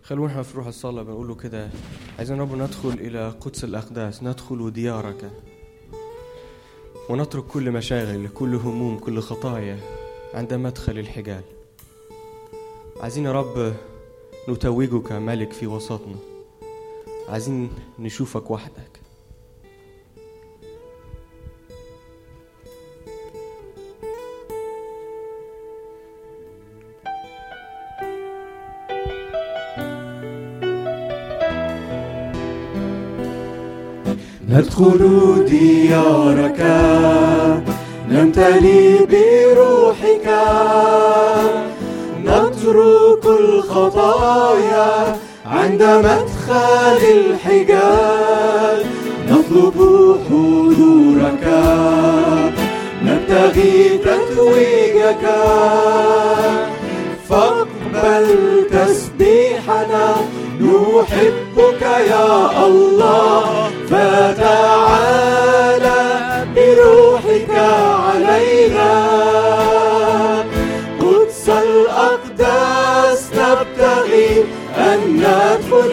خلونا في روح الصلاة بنقول له كده: عايزين رب ندخل إلى قدس الأقداس، ندخل ديارك ونترك كل مشاغل، كل هموم، كل خطايا عند مدخل الحجال. عايزين يا رب نتوجك ملك في وسطنا، عايزين نشوفك وحدك. ندخل ديارك، نمتلي بروحك، نترك الخطايا عند مدخل الحجال، نطلب حضورك، نبتغي تتويجك، فاقبل تسبيحنا، نحبك يا الله، فتعالى بروحك علينا. قدس الأقداس نبتغي أن ندخل،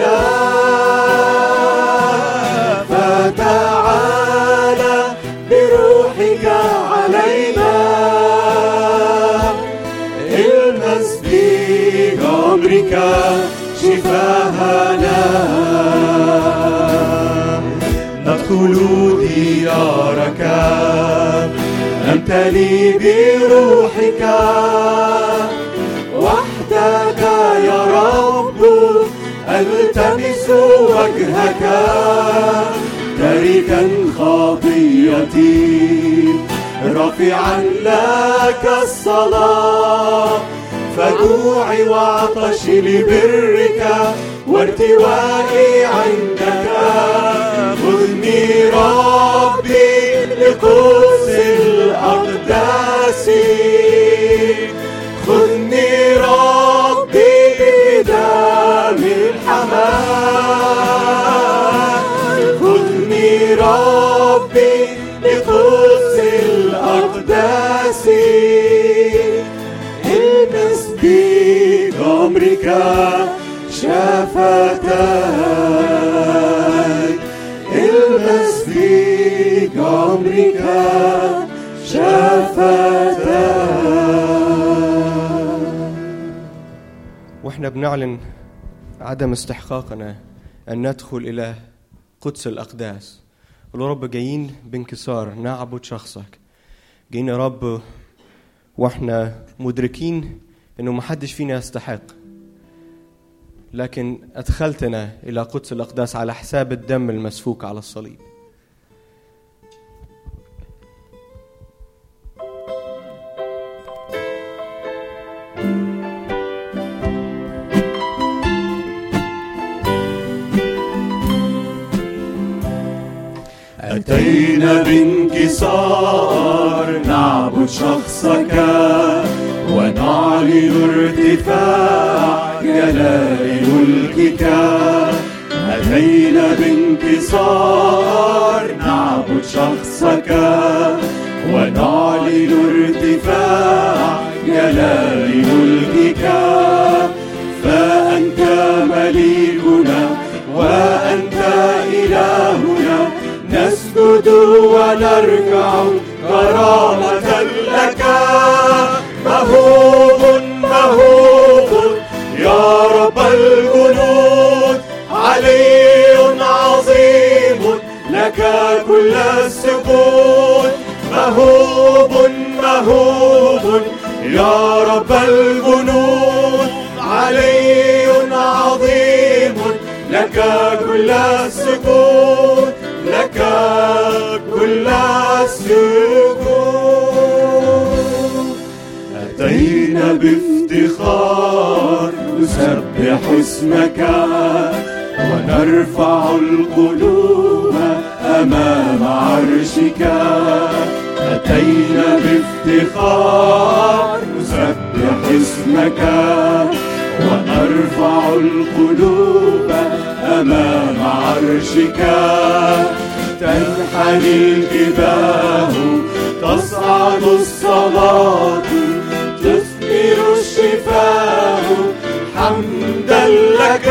فتعالى بروحك علينا. المس بأمرك شفاءنا، ندخل ديارك، نمتلي بروحك، وحدك يا رب ألتمس وجهك، تاركا خطيئتي رافعا لك الصلاة، فجوعي وعطشي لبرك وارتوائي عندك. خذني ربي لقدس الأقداس، خذني ربي بدم الحمام، خذني ربي لقدس الأقداس. المس بأمرك شفتاك، المس بأمرك شفتاك. واحنا بنعلن عدم استحقاقنا أن ندخل إلى قدس الأقداس، قولوا رب جايين بانكسار نعبد شخصك، جايين يا رب واحنا مدركين انه محدش فينا يستحق، لكن أدخلتنا إلى قدس الأقداس على حساب الدم المسفوك على الصليب. أتينا بانكسار نعبد شخصك، ونعلن ارتفاع جلال ملكك. أتينا بانكسار نعبد شخصك، ونعلن ارتفاع جلال ملكك. فأنت مليكنا وأنت إلهنا، نسجد ونركع كرامة لك. مهوب مهوب يا رب الجنود، علي عظيم لك كل السجود. مهوب مهوب يا رب الجنود، علي عظيم لك كل السجود، لك كل السجود. أتينا بافتخار نسبح اسمك، ونرفع القلوب أمام عرشك. أتينا بافتخار نسبح اسمك، ونرفع القلوب أمام عرشك. تنحني الجباه، تصعد الصلاة، تثمر الشفاء حمدا لك. لك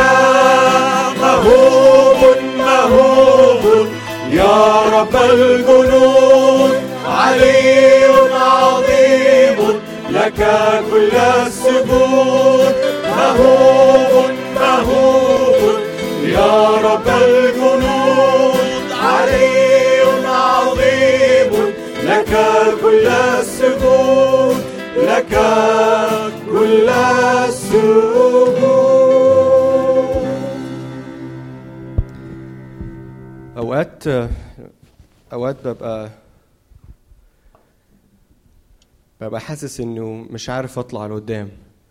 مهوب مهوب يا رب الجنود، علي عظيم لك كل السجود. مهوب مهوب يا رب الجنود، علي عظيم لك كل السجود، لك كل السجود. اوقات ببقى حاسس انه مش عارف اطلع لقدام،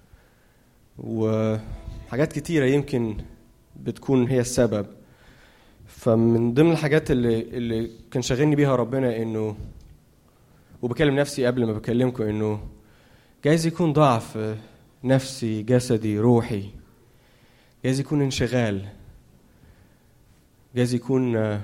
وحاجات كتيرة يمكن بتكون هي السبب. فمن ضمن الحاجات اللي كان شاغلني بيها ربنا، انه وبكلم نفسي قبل ما بكلمكم، انه جايز يكون ضعف نفسي جسدي روحي، جايز يكون انشغال، جايز يكون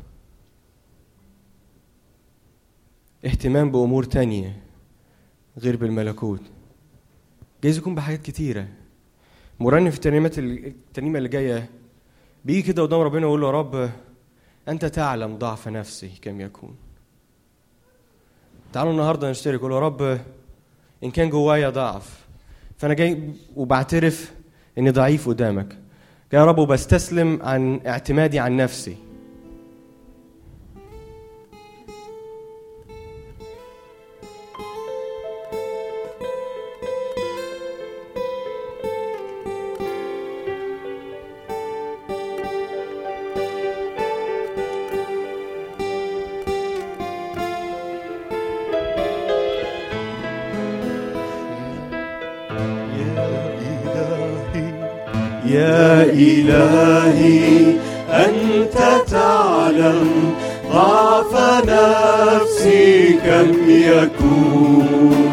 اهتمام بأمور تانية غير بالملكوت، جايز يكون بحاجات كتيرة. مرنم في الترنيمة اللي جاية بيجي كده قدام ربنا ويقول له: يا رب أنت تعلم ضعف نفسي كم يكون. تعالوا النهاردة نشترك، قول: يا رب إن كان جوايا ضعف، فأنا جاي وبعترف إني ضعيف قدامك، جاي يا رب وبستسلم عن اعتمادي عن نفسي. يا إلهي أنت تعلم ضعف نفسي كم يكون،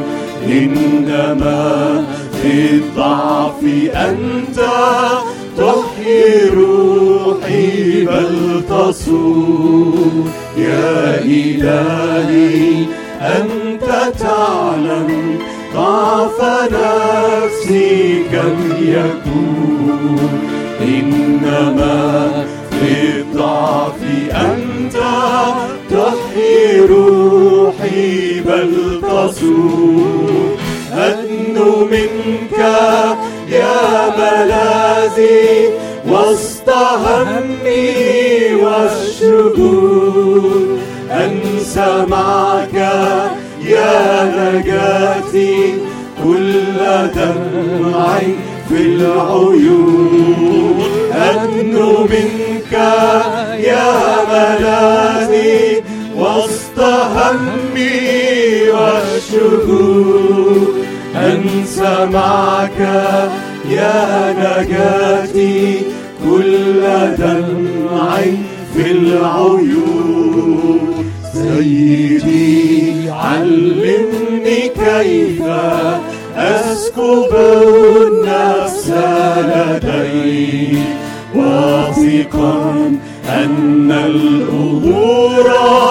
إنما في الضعف أنت تحيي روحي بل تصون. يا إلهي أنت تعلم ضعف نفسي كم يكون، إنما في الضعف أنت تحيي روحي بل تصون. أدنو منك يا ملاذي وسط همي والشجون، أنسى معك يا نجاتي كل دمع في العيون. أدنو منك يا ملاذي وسط همي والشجون، أنسى معك يا نجاتي كل دمع في العيون. سيدي علمني كيف أسكب النفس لديك، واثقا أن الأمور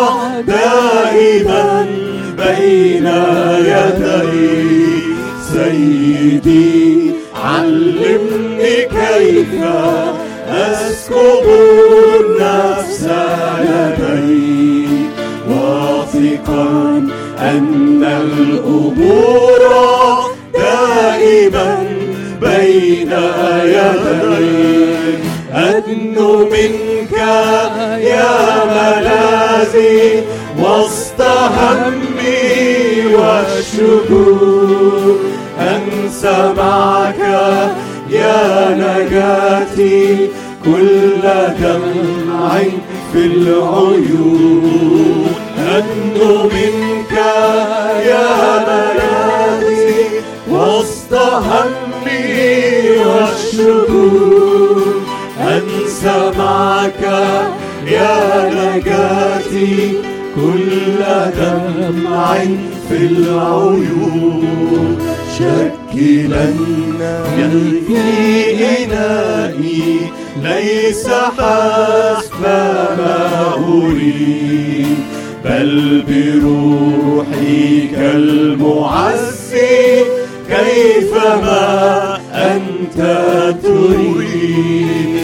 دائما بين يديك. سيدي علمني كيف أسكب النفس لديك، واثقا أن الأمور دائما بين يديك. أدنو منك يا ملاذي وسط همي والشجون، أنسى معك يا نجاتي كل دمع في العيون. أدنو منك يا ملاذي وسط همي والشجون، أنسى معك يا نجاتي كل دمع في العيون. شكلنا في إنائي ليس حسب ما أريد، بل بروحك المعزي كيفما أنت تريد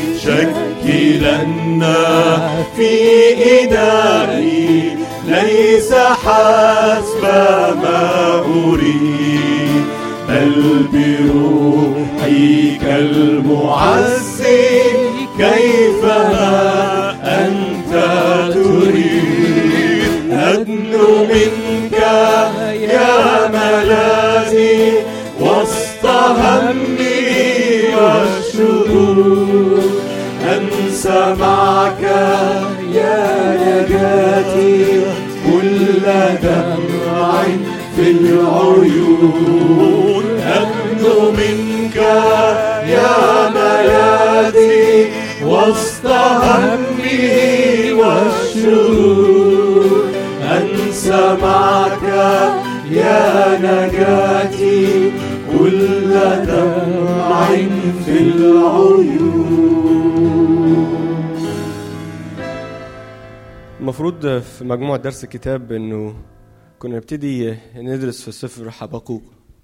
شكلنا في إنائي ليس حسب ما أريد بل بروحك المعزي كيفما أنت تريد أدنو منك يا ملاذي وسط همي والشرور أنسى معك يا نجاتي كل دمع في العيون أدنو منك يا ملاذي وسط همي والشرور أنسى معك يا نجاتي كل دمع في العيون. المفروض في مجموعة درس الكتاب انه كنا نبتدي ندرس في سفر حبقوق،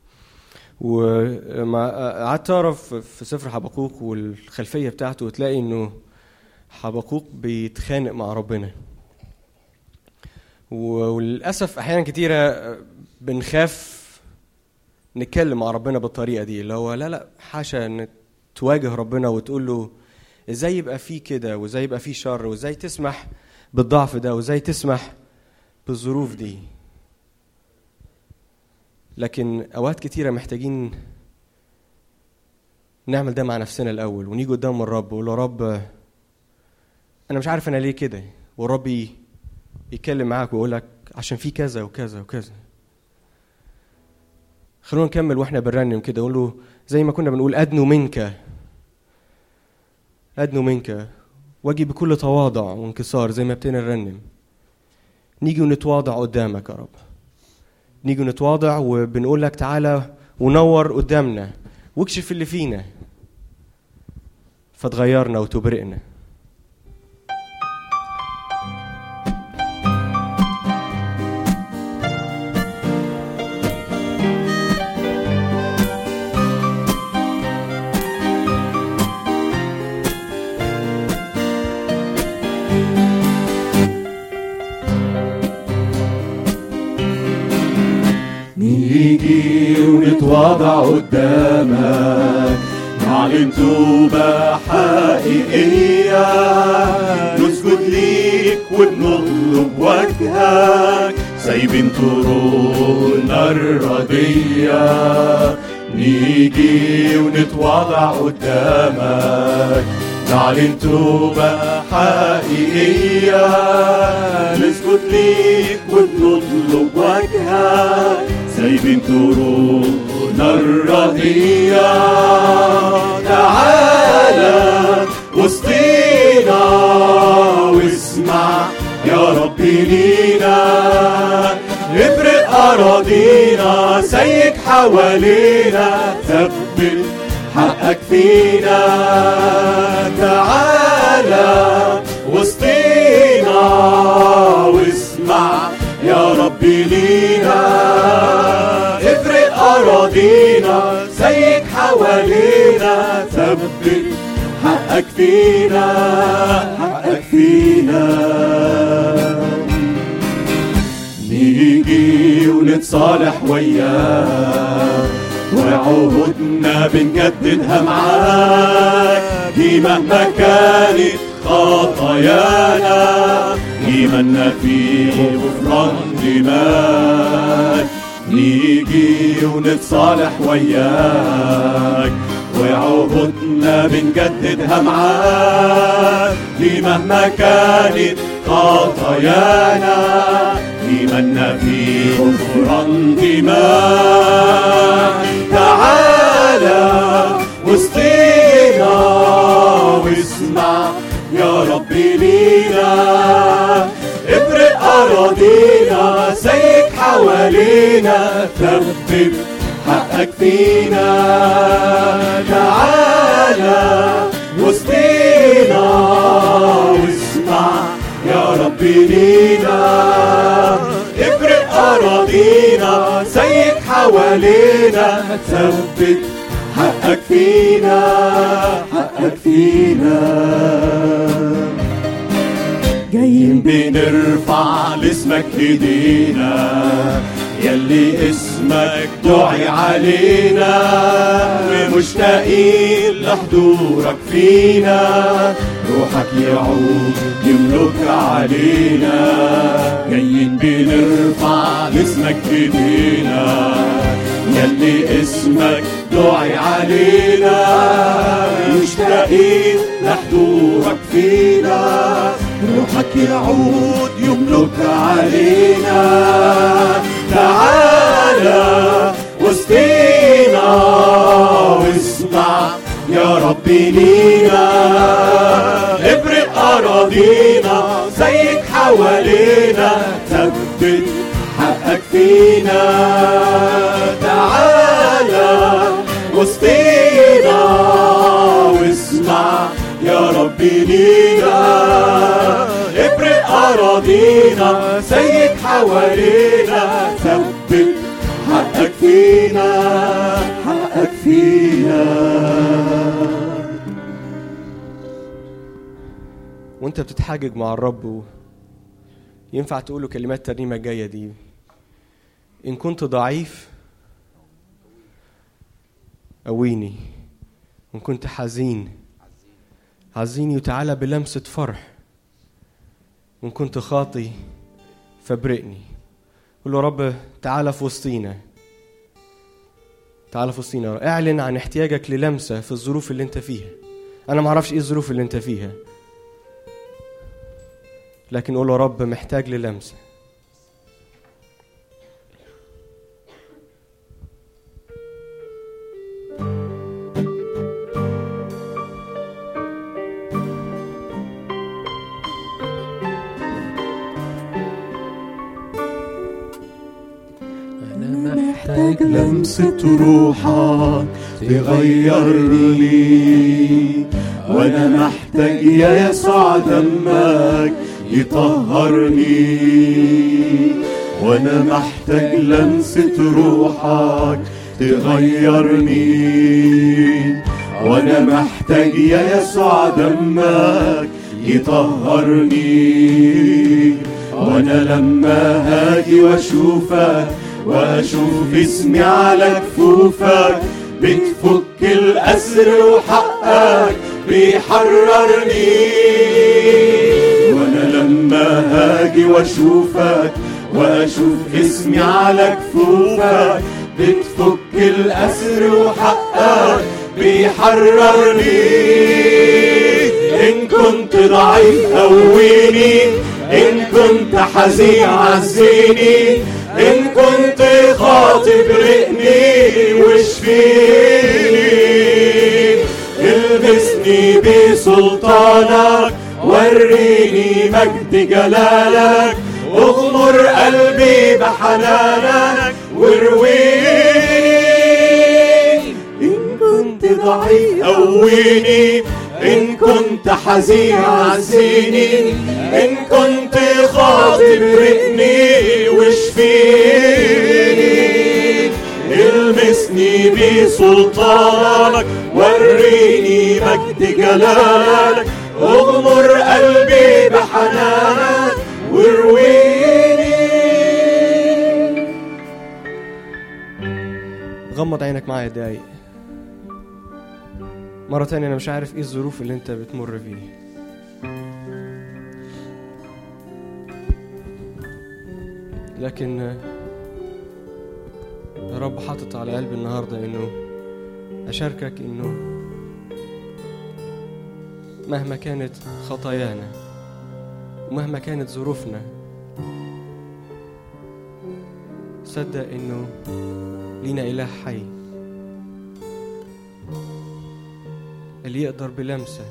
وما قعدت اعرف في سفر حبقوق والخلفية بتاعته وتلاقي انه حبقوق بيتخانق مع ربنا، وللأسف احيانا كتيرة بنخاف نتكلم مع ربنا بالطريقة دي، اللي هو لا حاشا ان تواجه ربنا وتقول له ازاي يبقى فيه كده وازاي يبقى فيه شر وازاي تسمح بالضعف ده وازاي تسمح بالظروف دي. لكن اوقات كتيرة محتاجين نعمل ده مع نفسنا الاول ونيجي قدام الرب ونقول له رب انا مش عارف انا ليه كده، والرب يتكلم معاك ويقول لك عشان في كذا وكذا وكذا. خلونا نكمل واحنا بنرنم كده نقول له زي ما كنا بنقول أدنو منك أدنو منك، واجي بكل تواضع وانكسار زي ما ابتدينا نرنم، نيجي ونتواضع قدامك يا رب، نيجي ونتواضع وبنقول لك تعالى ونور قدامنا واكشف اللي فينا فتغيرنا وتبرئنا. نيجي ونتواضع قدامك نعلن توبة حقيقية، نسجد ليك وبنطلب وجهك سايبين طرقنا الردية. نيجي ونتواضع قدامك نعلن توبة حقيقية، نسجد ليك وبنطلب وجهك سايبين طرقنا الردية. تعالى وسطينا واسمع يا ربي لينا، ابرق أراضينا سيد حوالينا ثبت حقك فينا. تعالى وسطينا واسمع يا ربي لينا، افرق أراضينا سيد حوالينا ثبت حقك فينا حقك فينا. نيجي ونتصالح وياك وعهودنا بنجددها معاك، دي مهما كانت خطايانا إيماننا فيه غفران دماء. نيجي ونتصالح وياك وعهودنا بنجددها معاك، دي مهما كانت خطايانا إيماننا فيه غفران دماء. تعالى وسطينا واسمع يا ربي لينا، ابرق أراضينا سيد حوالينا ثبت حقك فينا. تعالى وسطينا واسمع يا ربي لينا، ابرق أراضينا سيد حوالينا ثبت حقك فينا، حقك فينا. جايين بنرفع لاسمك ايدينا، يلي اسمك دعي علينا، مشتاقين لحضورك فينا، روحك يعود يملك علينا. جايين بنرفع لاسمك ايدينا، يلي اسمك دعي علينا، مشتاقين لحضورك فينا، روحك يعود يملك علينا. تعالى وسطينا واسمع يا ربي لينا، ابرق أراضينا زيك حوالينا، ثبت حقك فينا. تعالى وسطينا واسمع يا ربي لينا، ابرق أراضينا زيك حوالينا، ثبت حقك فينا، حقك فينا. وانت بتتحاجج مع الرب ينفع تقوله كلمات ترنيمة جاية دي: إن كنت ضعيف قويني، وإن كنت حزين عزيني وتعالى بلمسة فرح، وإن كنت خاطي فابرقني. قل له رب تعالى في وسطينا، تعالى في وسطينا، اعلن عن احتياجك للمسة في الظروف اللي انت فيها. أنا معرفش إيه الظروف اللي انت فيها، لكن قل له رب محتاج للمسة. محتاج لمسة روحك تغيرني، وانا محتاج يا يسوع دمك يطهرني، وانا محتاج لمسة روحك تغيرني، وانا محتاج يا يسوع دمك يطهرني. وانا لما هاجي واشوفك واشوف اسمي على كفوفك، بتفك الاسر وحقك بيحررني. وانا لما هاجي واشوفك واشوف اسمي على كفوفك، بتفك الاسر وحقك بيحررني. ان كنت ضعيف قويني، ان كنت حزين عزيني، إن كنت خاطي برقني واشفيني. البسني بسلطانك، وريني مجد جلالك، اغمر قلبي بحنانك وارويني. إن كنت ضعيف قويني، إن كنت حزين عزيني، إن كنت خاطي برقني واشفيني. المسني بسلطانك، وريني مجد جلالك، اغمر قلبي بحنانك وارويني. غمض عينك معايا دقايق مرة تانية. أنا مش عارف إيه الظروف اللي أنت بتمر فيها، لكن يا رب حاطط على قلبي النهاردة إنه أشاركك إنه مهما كانت خطايانا ومهما كانت ظروفنا، صدق إنه لينا إله حي اللي يقدر بلمسة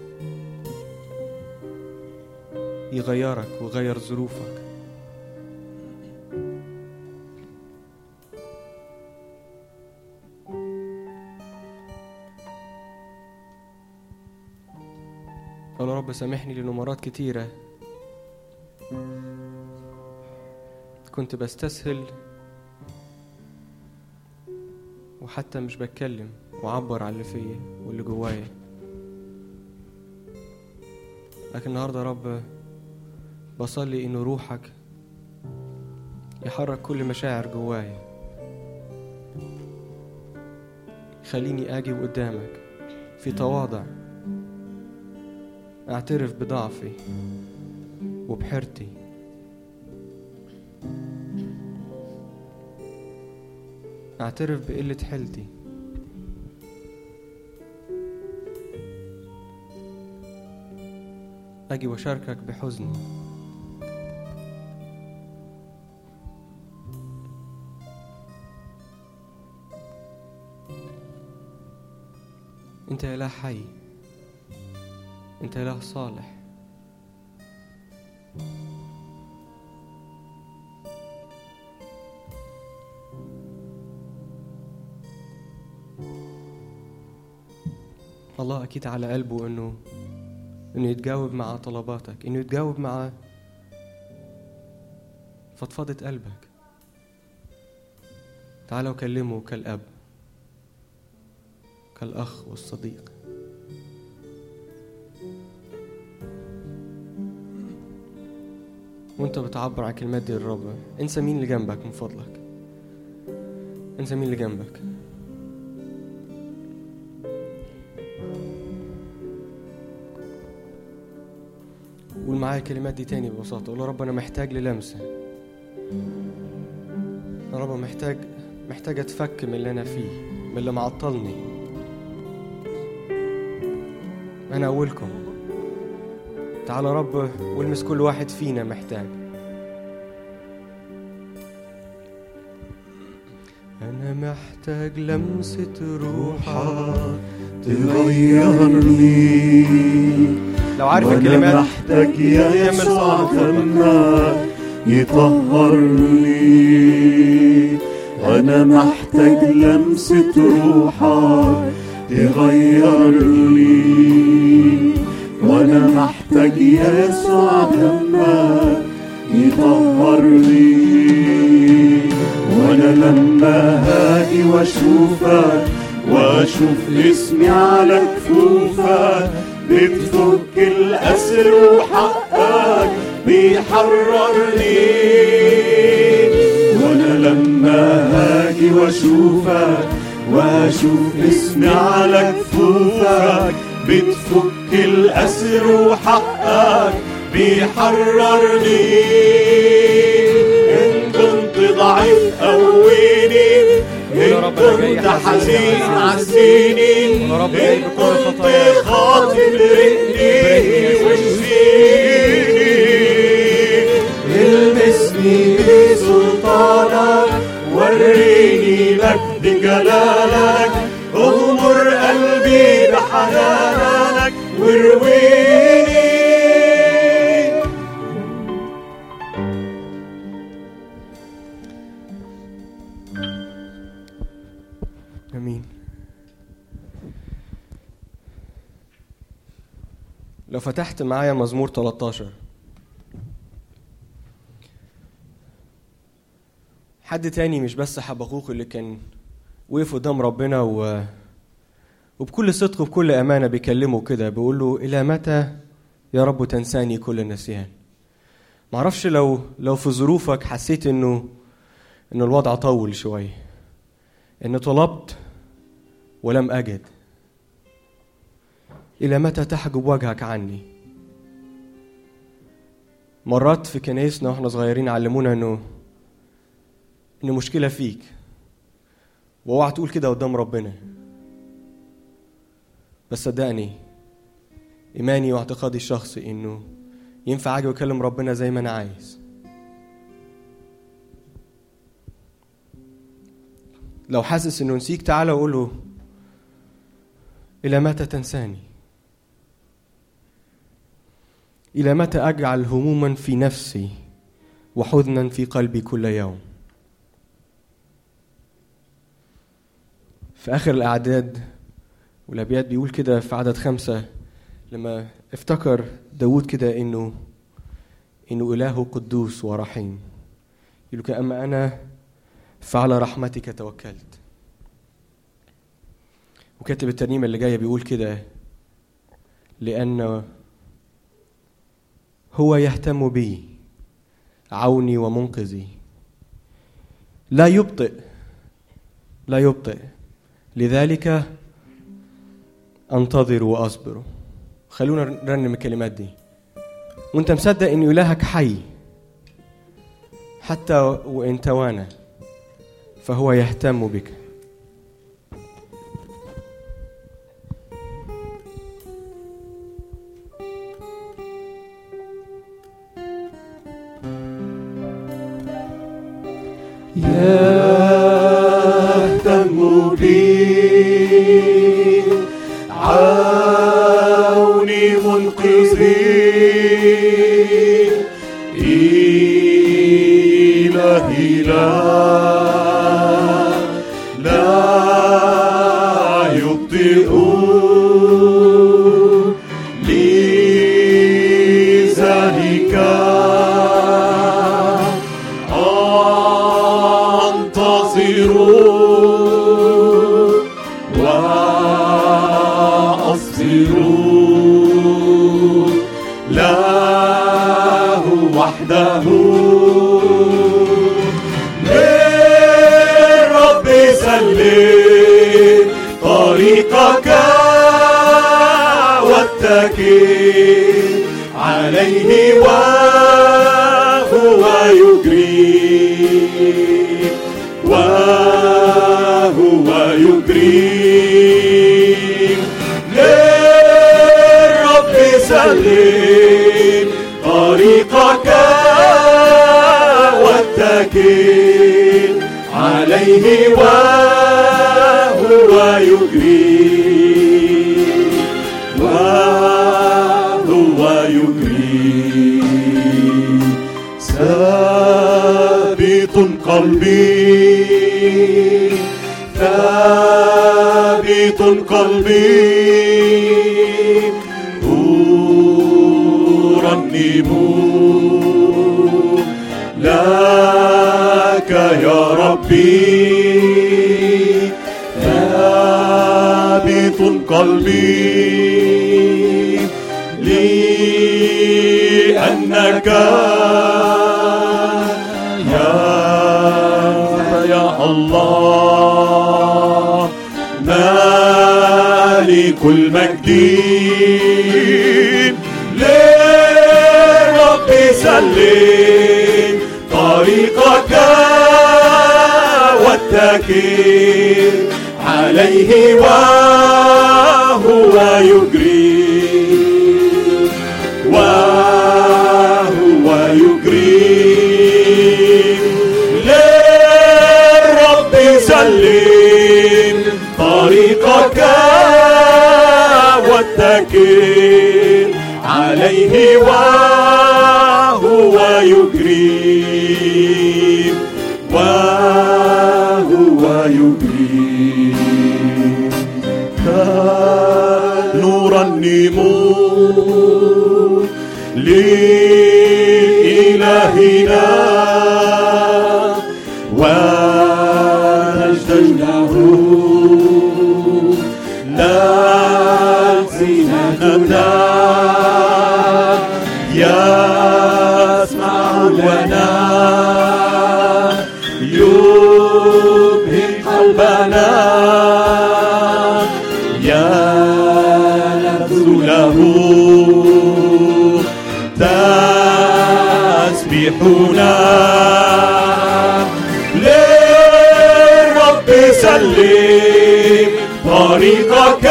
يغيرك ويغير ظروفك. قال رب سامحني لأنه مرات كتيرة كنت بستسهل وحتى مش بتكلم وعبر عن اللي فيا واللي جوايا. لكن النهارده يا رب بصلي إنه روحك يحرك كل مشاعر جوايا، خليني أجي قدامك في تواضع، أعترف بضعفي وبحيرتي، أعترف بقلة حيلتي، أجي وأشاركك بحزني. أنت إله حي، أنت إله صالح. الله أكيد على قلبه إنه يتجاوب مع طلباتك، إنه يتجاوب مع فضفضة قلبك. تعال وكلمه كالأب، كالأخ والصديق. وانت بتعبر عن كلمات دي للرب، انسى مين اللي جنبك من فضلك، انسى مين اللي جنبك. قول معايا الكلمات دي تاني ببساطة. قول يا رب أنا محتاج للمسة، يا رب محتاج أتفك من اللي أنا فيه، من اللي معطلني. أنا أولكم. تعال يا رب والمس كل واحد فينا محتاج. أنا محتاج لمسة روحك تغيرني. لو عارف الكلمات محتاج يا يسوع دمك يطهرني. أنا محتاج لمسة روحك تغيرني. وأنا محتاج يا يسوع دمك يطهرني. وأنا لما هاجي واشوف اسمي على كفوفك بتفك الأسر وحقك بيحررني. وأنا لما هاجي واشوف اسمي على كفوفك بتفك الأسر وحقك بيحررني. إن كنت ضعيف قويني، إن كنت حزين عزيني، إن كنت خاطئ برقني واشفيني. المسني بسلطانك وريني مجد جلالك. اغمر قلبي بحنانك وارويني. امين. لو فتحت معايا مزمور 13، حد تاني مش بس حبقوق اللي كان وقف قدام ربنا وبكل صدق وبكل أمانة بيكلمه كده، بيقول له إلى متى يا رب تنساني كل النسيان. معرفش لو في ظروفك حسيت إنه الوضع طول شوية، إن طلبت ولم أجد. إلى متى تحجب وجهك عني؟ مرات في كنايسنا واحنا صغيرين علمونا إن مشكلة فيك، واوعى تقول كده قدام ربنا. بس صدقني، إيماني واعتقادي الشخصي إنه ينفع أجي وأكلم ربنا زي ما أنا عايز. لو حاسس إنه نسيك، تعالى وقوله إلى متى تنساني؟ إلى متى أجعل هموما في نفسي وحزنا في قلبي كل يوم؟ في آخر الأعداد والأبيات بيقول كده في عدد 5، لما افتكر داود كده إنه إله قدوس ورحيم، يقول كأما أنا فعلى رحمتك توكلت. وكاتب الترنيمة اللي جاية بيقول كده: لأن هو يهتم بي عوني ومنقذي، لا يبطئ لذلك أنتظر وأصبر. خلونا نرنم الكلمات دي وانت مصدق ان إلهك حي حتى وإن توانى، فهو يهتم بك. يهتم بي عوني منقذي، إلهي لا يبطئ لذلك أنتظر وأصبر له وحده. للرب سلم طريقك واتكل عليه وهو يجريك للرب سلم طريقك واتكل عليه وهو يجريك ثابت قلبي أرنم لك يا ربي. ثابت قلبي لأنك يا الله مالك المجد. للرب سلم طريقك واتكل عليه وهو يجريك للرب سلم طريقك واتكل عليه وهو يجريك نرنم لإلهنا ونجد له نلزمنا يسمع لنا يبهج قلبنا يلذ له تسبيحنا. للرب سلم طريقك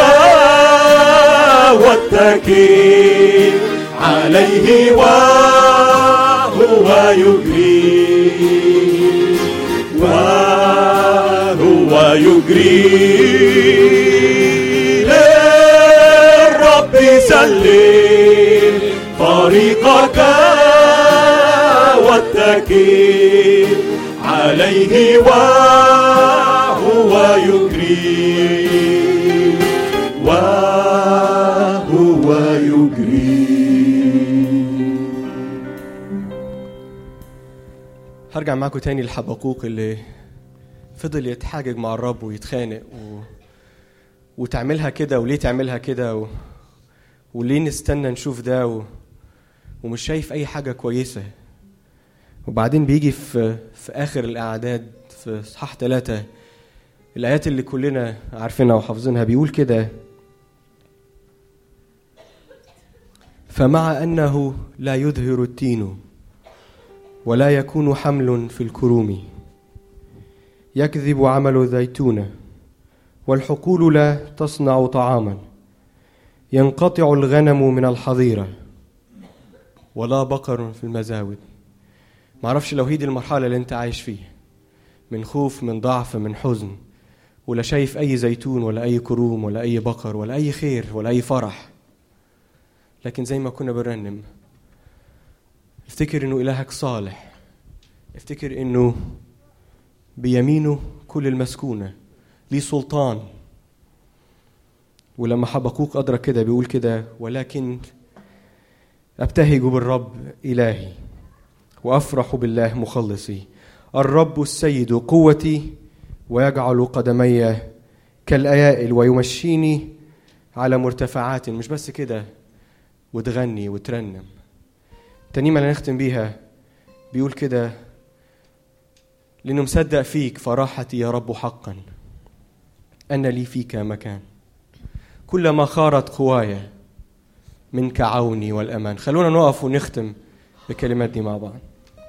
واتكل عليه وهو يجريك للرب سلم طريقك واتكل عليه وهو يجريك هرجع معاكم تاني لحبقوق اللي فضل يتحاجج مع الرب ويتخانق وتعملها كده وليه تعملها كده وليه نستنى نشوف ده ومش شايف أي حاجة كويسة. وبعدين بيجي في آخر الأعداد في إصحاح 3 الآيات اللي كلنا عارفينها وحافظينها، بيقول كده: فمع أنه لا يظهر التين ولا يكون حمل في الكروم، يكذب عمل الزيتون والحقول لا تصنع طعاما، ينقطع الغنم من الحظيرة ولا بقر في المزاود. معرفش لو هي دي المرحلة اللي انت عايش فيها، من خوف، من ضعف، من حزن، ولا شايف أي زيتون ولا أي كروم ولا أي بقر ولا أي خير ولا أي فرح. لكن زي ما كنا بنرنم، افتكر إنه إلهك صالح، افتكر إنه بيمينه كل المسكونة، ليه سلطان. ولما حبقوق أدرك كده بيقول كده: ولكن أبتهج بالرب إلهي وأفرح بالله مخلصي، الرب السيد قوتي ويجعل قدمي كالأيائل ويمشيني على مرتفعات. مش بس كده، وتغني وترنم. تانيما اللي نختم بيها بيقول كده: لأنه مصدق فيك فراحتي يا رب حقا، أن لي فيك مكان، كلما خارت قوايا منك عوني والأمان. خلونا نقف ونختم بكلمات دي مع بعض.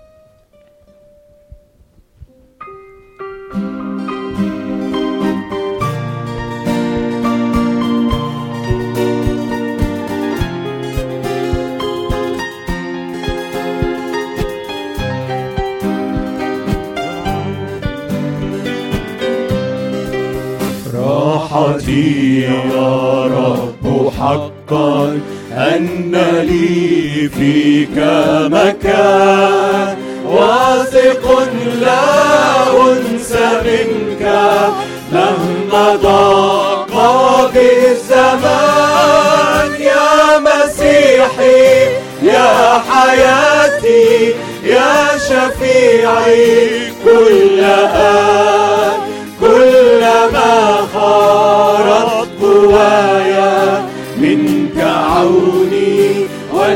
راحتي يا رب حقا، أن لي فيك مكان، واثق لا أنسى منك مهما ضاق به الزمان. يا مسيحي يا حياتي يا شفيعي كل آن، كلما خارت قوايا منك عوني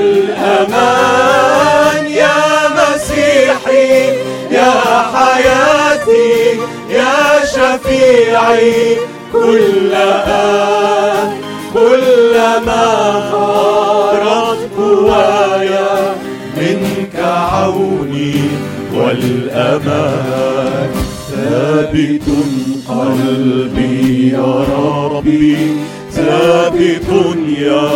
والأمان. يا مسيحي يا حياتي يا شفيعي كل آن، كلما خارت قوايا منك عوني والأمان. ثابت قلبي يا ربي، ثابت يا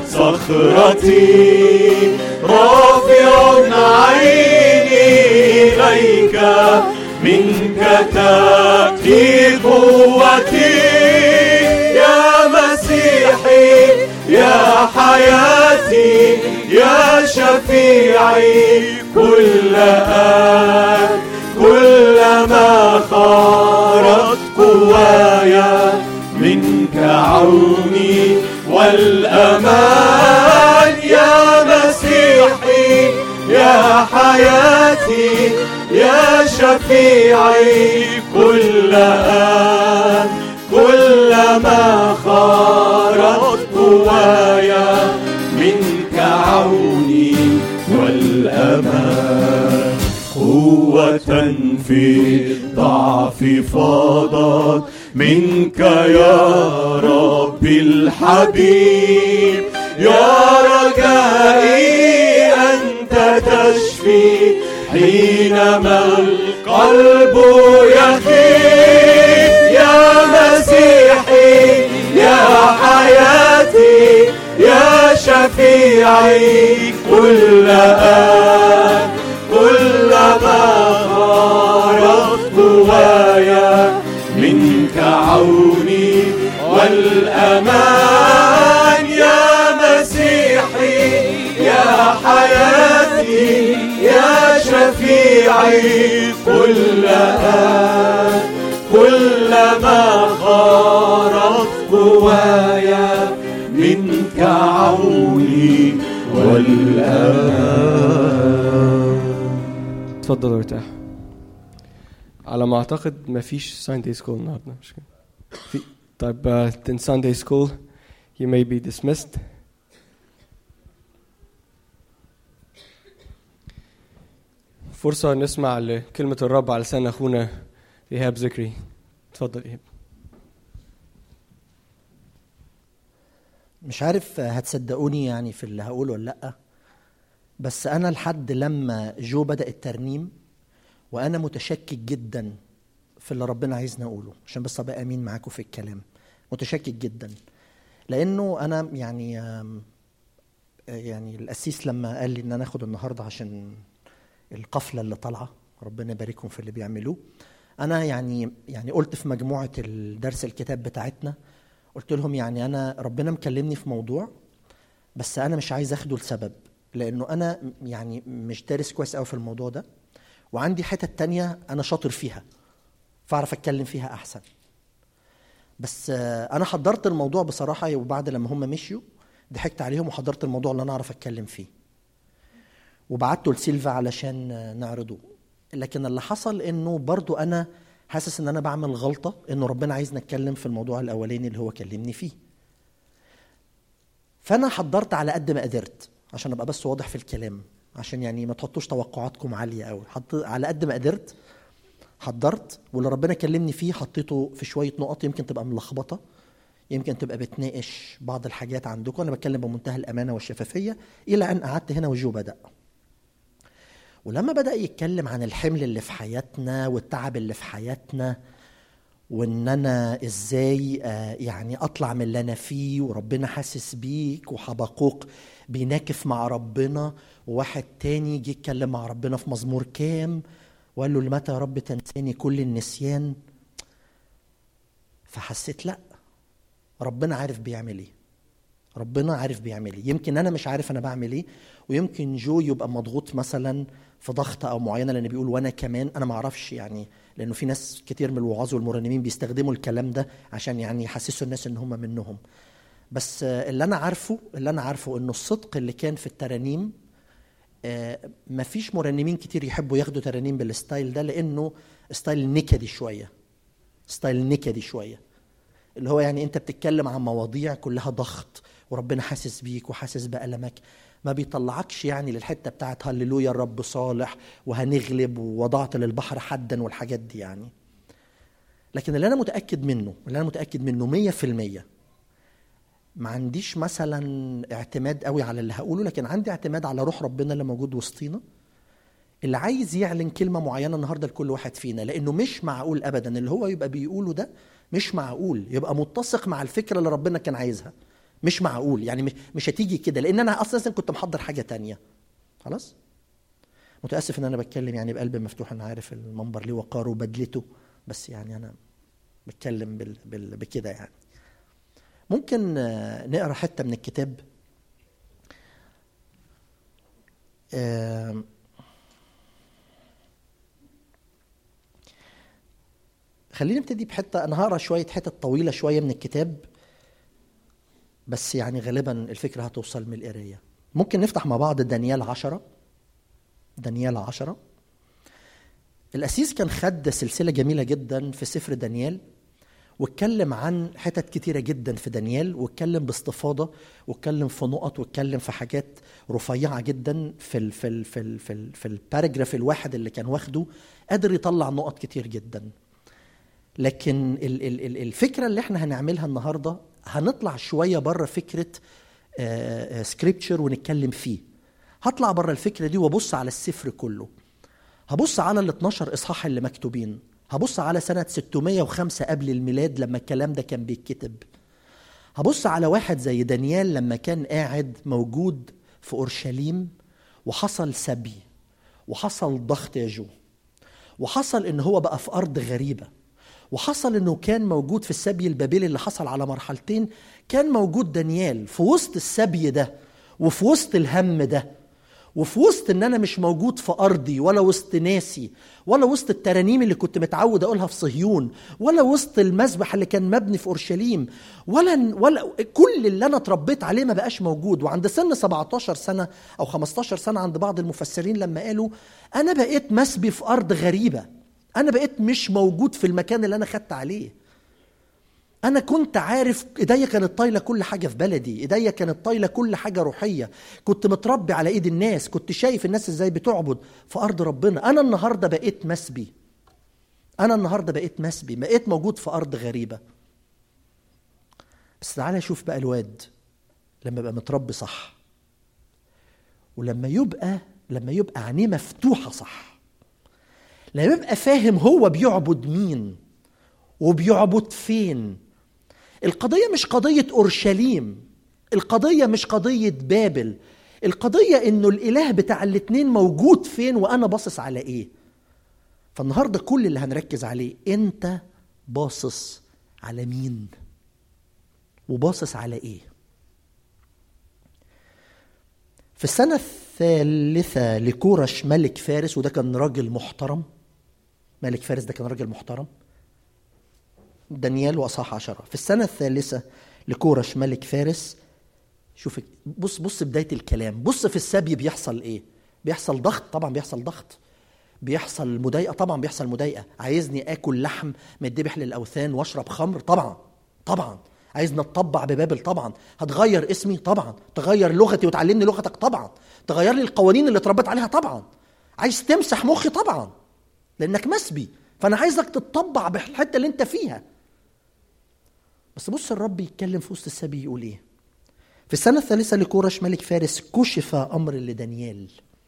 صخرتي، رافع عيني إليك، منك تأتي قوتي. يا مسيحي يا حياتي يا شفيعي كل آن، كلما خارت قوايا منك عوني والأمان. يا مسيحي يا حياتي يا شفيعي كل آن، كلما خارت قوايا منك عوني والأمان. قوة في ضعف فاضت منك يا رب الحبيب، يا رجائي أنت تشفي حينما القلب يخيب. يا مسيحي يا حياتي يا شفيعي كل آن، كلما خارت قوايا منك عوني والأمان. يا مسيحي يا حياتي يا شفيعي كل آن، كلما خارت قوايا منك عوني والأمان. اتفضلوا ارتاح. على ما اعتقد مفيش ساينتي سكول النهارده، مش كده؟ طيب in Sunday school you may be dismissed. فرصة نسمع لكلمة الرب على لسان أخونا إيهاب ذكري. تفضل إيهاب. مش عارف هتصدقوني يعني في اللي هقوله ولا لأ، بس أنا لحد لما جو بدأ الترنيم وأنا متشكك جدا في اللي ربنا عايزنا أقوله، عشان بس أبقى أمين معاكم في الكلام. متشكك جدا لأنه أنا يعني القسيس لما قال لي إن أنا أخد النهاردة عشان القفلة اللي طالعة، ربنا يباركهم في اللي بيعملوه، أنا يعني قلت في مجموعة الدرس الكتاب بتاعتنا، قلت لهم يعني أنا ربنا مكلمني في موضوع، بس أنا مش عايز أخده لسبب، لأنه أنا يعني مش دارس كويس أوي في الموضوع ده، وعندي حتة تانية أنا شاطر فيها فأعرف أتكلم فيها أحسن. بس أنا حضرت الموضوع بصراحة، وبعد لما هم مشيوا ضحكت عليهم وحضرت الموضوع اللي أنا أعرف أتكلم فيه وبعته لسيلفا علشان نعرضه. لكن اللي حصل إنه برضو أنا حاسس إن أنا بعمل غلطة، إنه ربنا عايزنا نتكلم في الموضوع الأولاني اللي هو كلمني فيه. فأنا حضرت على قد ما قدرت عشان أبقى بس واضح في الكلام، عشان يعني ما تحطوش توقعاتكم عالية قوي. على قد ما قدرت حضرت، واللي ربنا كلمني فيه حطيته في شوية نقط يمكن تبقى ملخبطة، يمكن تبقى بتناقش بعض الحاجات عندكم. أنا بتكلم بمنتهى الأمانة والشفافية، إلى أن قعدت هنا وجو بدأ. ولما بدأ يتكلم عن الحمل اللي في حياتنا والتعب اللي في حياتنا، وإن أنا إزاي يعني أطلع من اللي أنا فيه، وربنا حاسس بيك، وحبقوق بيناكف مع ربنا، وواحد تاني جه يتكلم مع ربنا في مزمور كام وقال له لمتى يا رب تنساني كل النسيان. فحسيت لا، ربنا عارف بيعمل ايه، ربنا عارف بيعمل ايه. يمكن انا مش عارف انا بعمل ايه، ويمكن جو يبقى مضغوط مثلا في ضغطه او معينه لان بيقول وانا كمان، انا ما اعرفش يعني، لانه في ناس كتير من الوعاظ والمرنمين بيستخدموا الكلام ده عشان يعني يحسسوا الناس ان هم منهم. بس اللي انا عارفه انه الصدق اللي كان في الترانيم، مفيش مرنمين كتير يحبوا ياخدوا ترانيم بالستايل ده، لانه ستايل نكدي شويه، اللي هو يعني انت بتتكلم عن مواضيع كلها ضغط وربنا حاسس بيك وحاسس بألمك، ما بيطلعكش يعني للحته بتاعت هللويا الرب صالح وهنغلب ووضعت للبحر حدا والحاجات دي يعني. لكن اللي انا متاكد منه 100%، ما عنديش مثلا اعتماد قوي على اللي هقوله، لكن عندي اعتماد على روح ربنا اللي موجود وسطينا، اللي عايز يعلن كلمه معينه النهارده لكل واحد فينا. لانه مش معقول ابدا اللي هو يبقى بيقوله ده، مش معقول يبقى متسق مع الفكره اللي ربنا كان عايزها، مش معقول يعني، مش هتيجي كده، لان انا اصلا كنت محضر حاجه تانية. خلاص، متاسف ان انا بتكلم يعني بقلب مفتوح، انا عارف المنبر ليه وقاره وبدلته، بس يعني انا بتكلم بكده يعني. ممكن نقرا حته من الكتاب. خلينا نبتدي بحته، انا هقرا شويه حتت طويله شويه من الكتاب، بس يعني غالبا الفكره هتوصل من القرايه. ممكن نفتح مع بعض دانيال 10. القسيس كان خد سلسله جميله جدا في سفر دانيال، واتكلم عن حتت كتيرة جدا في دانيال، واتكلم باستفاضة، واتكلم في نقط، واتكلم في حاجات رفيعة جدا في الباراجراف الواحد اللي كان واخده، قادر يطلع نقط كتير جدا. لكن الفكرة اللي احنا هنعملها النهاردة، هنطلع شوية بره فكرة سكريبتشر ونتكلم فيه. هطلع بره الفكرة دي وابص على السفر كله، هبص على ال 12 إصحاح اللي مكتوبين، هبص على سنة 605 قبل الميلاد لما الكلام ده كان بيتكتب، هبص على واحد زي دانيال لما كان قاعد موجود في أورشليم وحصل سبي وحصل ضغط يجو، وحصل إن هو بقى في أرض غريبة، وحصل إنه كان موجود في السبي البابلي اللي حصل على مرحلتين. كان موجود دانيال في وسط السبي ده، وفي وسط الهم ده، وفي وسط ان انا مش موجود في ارضي، ولا وسط ناسي، ولا وسط الترانيم اللي كنت متعود اقولها في صهيون، ولا وسط المذبح اللي كان مبني في اورشليم، ولا كل اللي انا اتربيت عليه ما بقاش موجود. وعند سن 17 سنه او 15 سنه عند بعض المفسرين لما قالوا انا بقيت مسبي في ارض غريبه، انا بقيت مش موجود في المكان اللي انا خدت عليه. أنا كنت عارف، إيديا كانت طايلة كل حاجة في بلدي، إيديا كانت طايلة كل حاجة روحية، كنت متربي على إيد الناس، كنت شايف الناس إزاي بتعبد في أرض ربنا. أنا النهاردة بقيت مسبي، بقيت موجود في أرض غريبة. بس تعالى شوف بقى الواد لما يبقى متربي صح، ولما يبقى عينيه مفتوحة صح، لما يبقى فاهم هو بيعبد مين وبيعبد فين. القضية مش قضية أورشليم، القضية مش قضية بابل، القضية إنه الإله بتاع الاتنين موجود فين وأنا باصص على إيه. فالنهاردة كل اللي هنركز عليه، أنت باصص على مين وباصص على إيه. في السنة الثالثة لكورش ملك فارس، وده كان راجل محترم، ملك فارس ده كان راجل محترم، دانيال وأصحاح 10. في السنة الثالثة لكورش ملك فارس، شوف بص بداية الكلام، بص في السبي بيحصل إيه. بيحصل ضغط، طبعا بيحصل ضغط، بيحصل مضايقة، طبعا بيحصل مضايقة. عايزني آكل لحم متذبح للأوثان واشرب خمر، طبعا. عايزني اتطبع ببابل، طبعا. هتغير اسمي، طبعا. تغير لغتي وتعلمني لغتك، طبعا. تغير لي القوانين اللي اتربيت عليها، طبعا. عايز تمسح مخي، طبعا، لأنك مسبي، فأنا عايزك تتطبع بالحتة اللي انت فيها. بس بص الرب يتكلم في وسط السبي يقول ايه. في السنة الثالثة لكورش ملك فارس كشف أمر لدانيال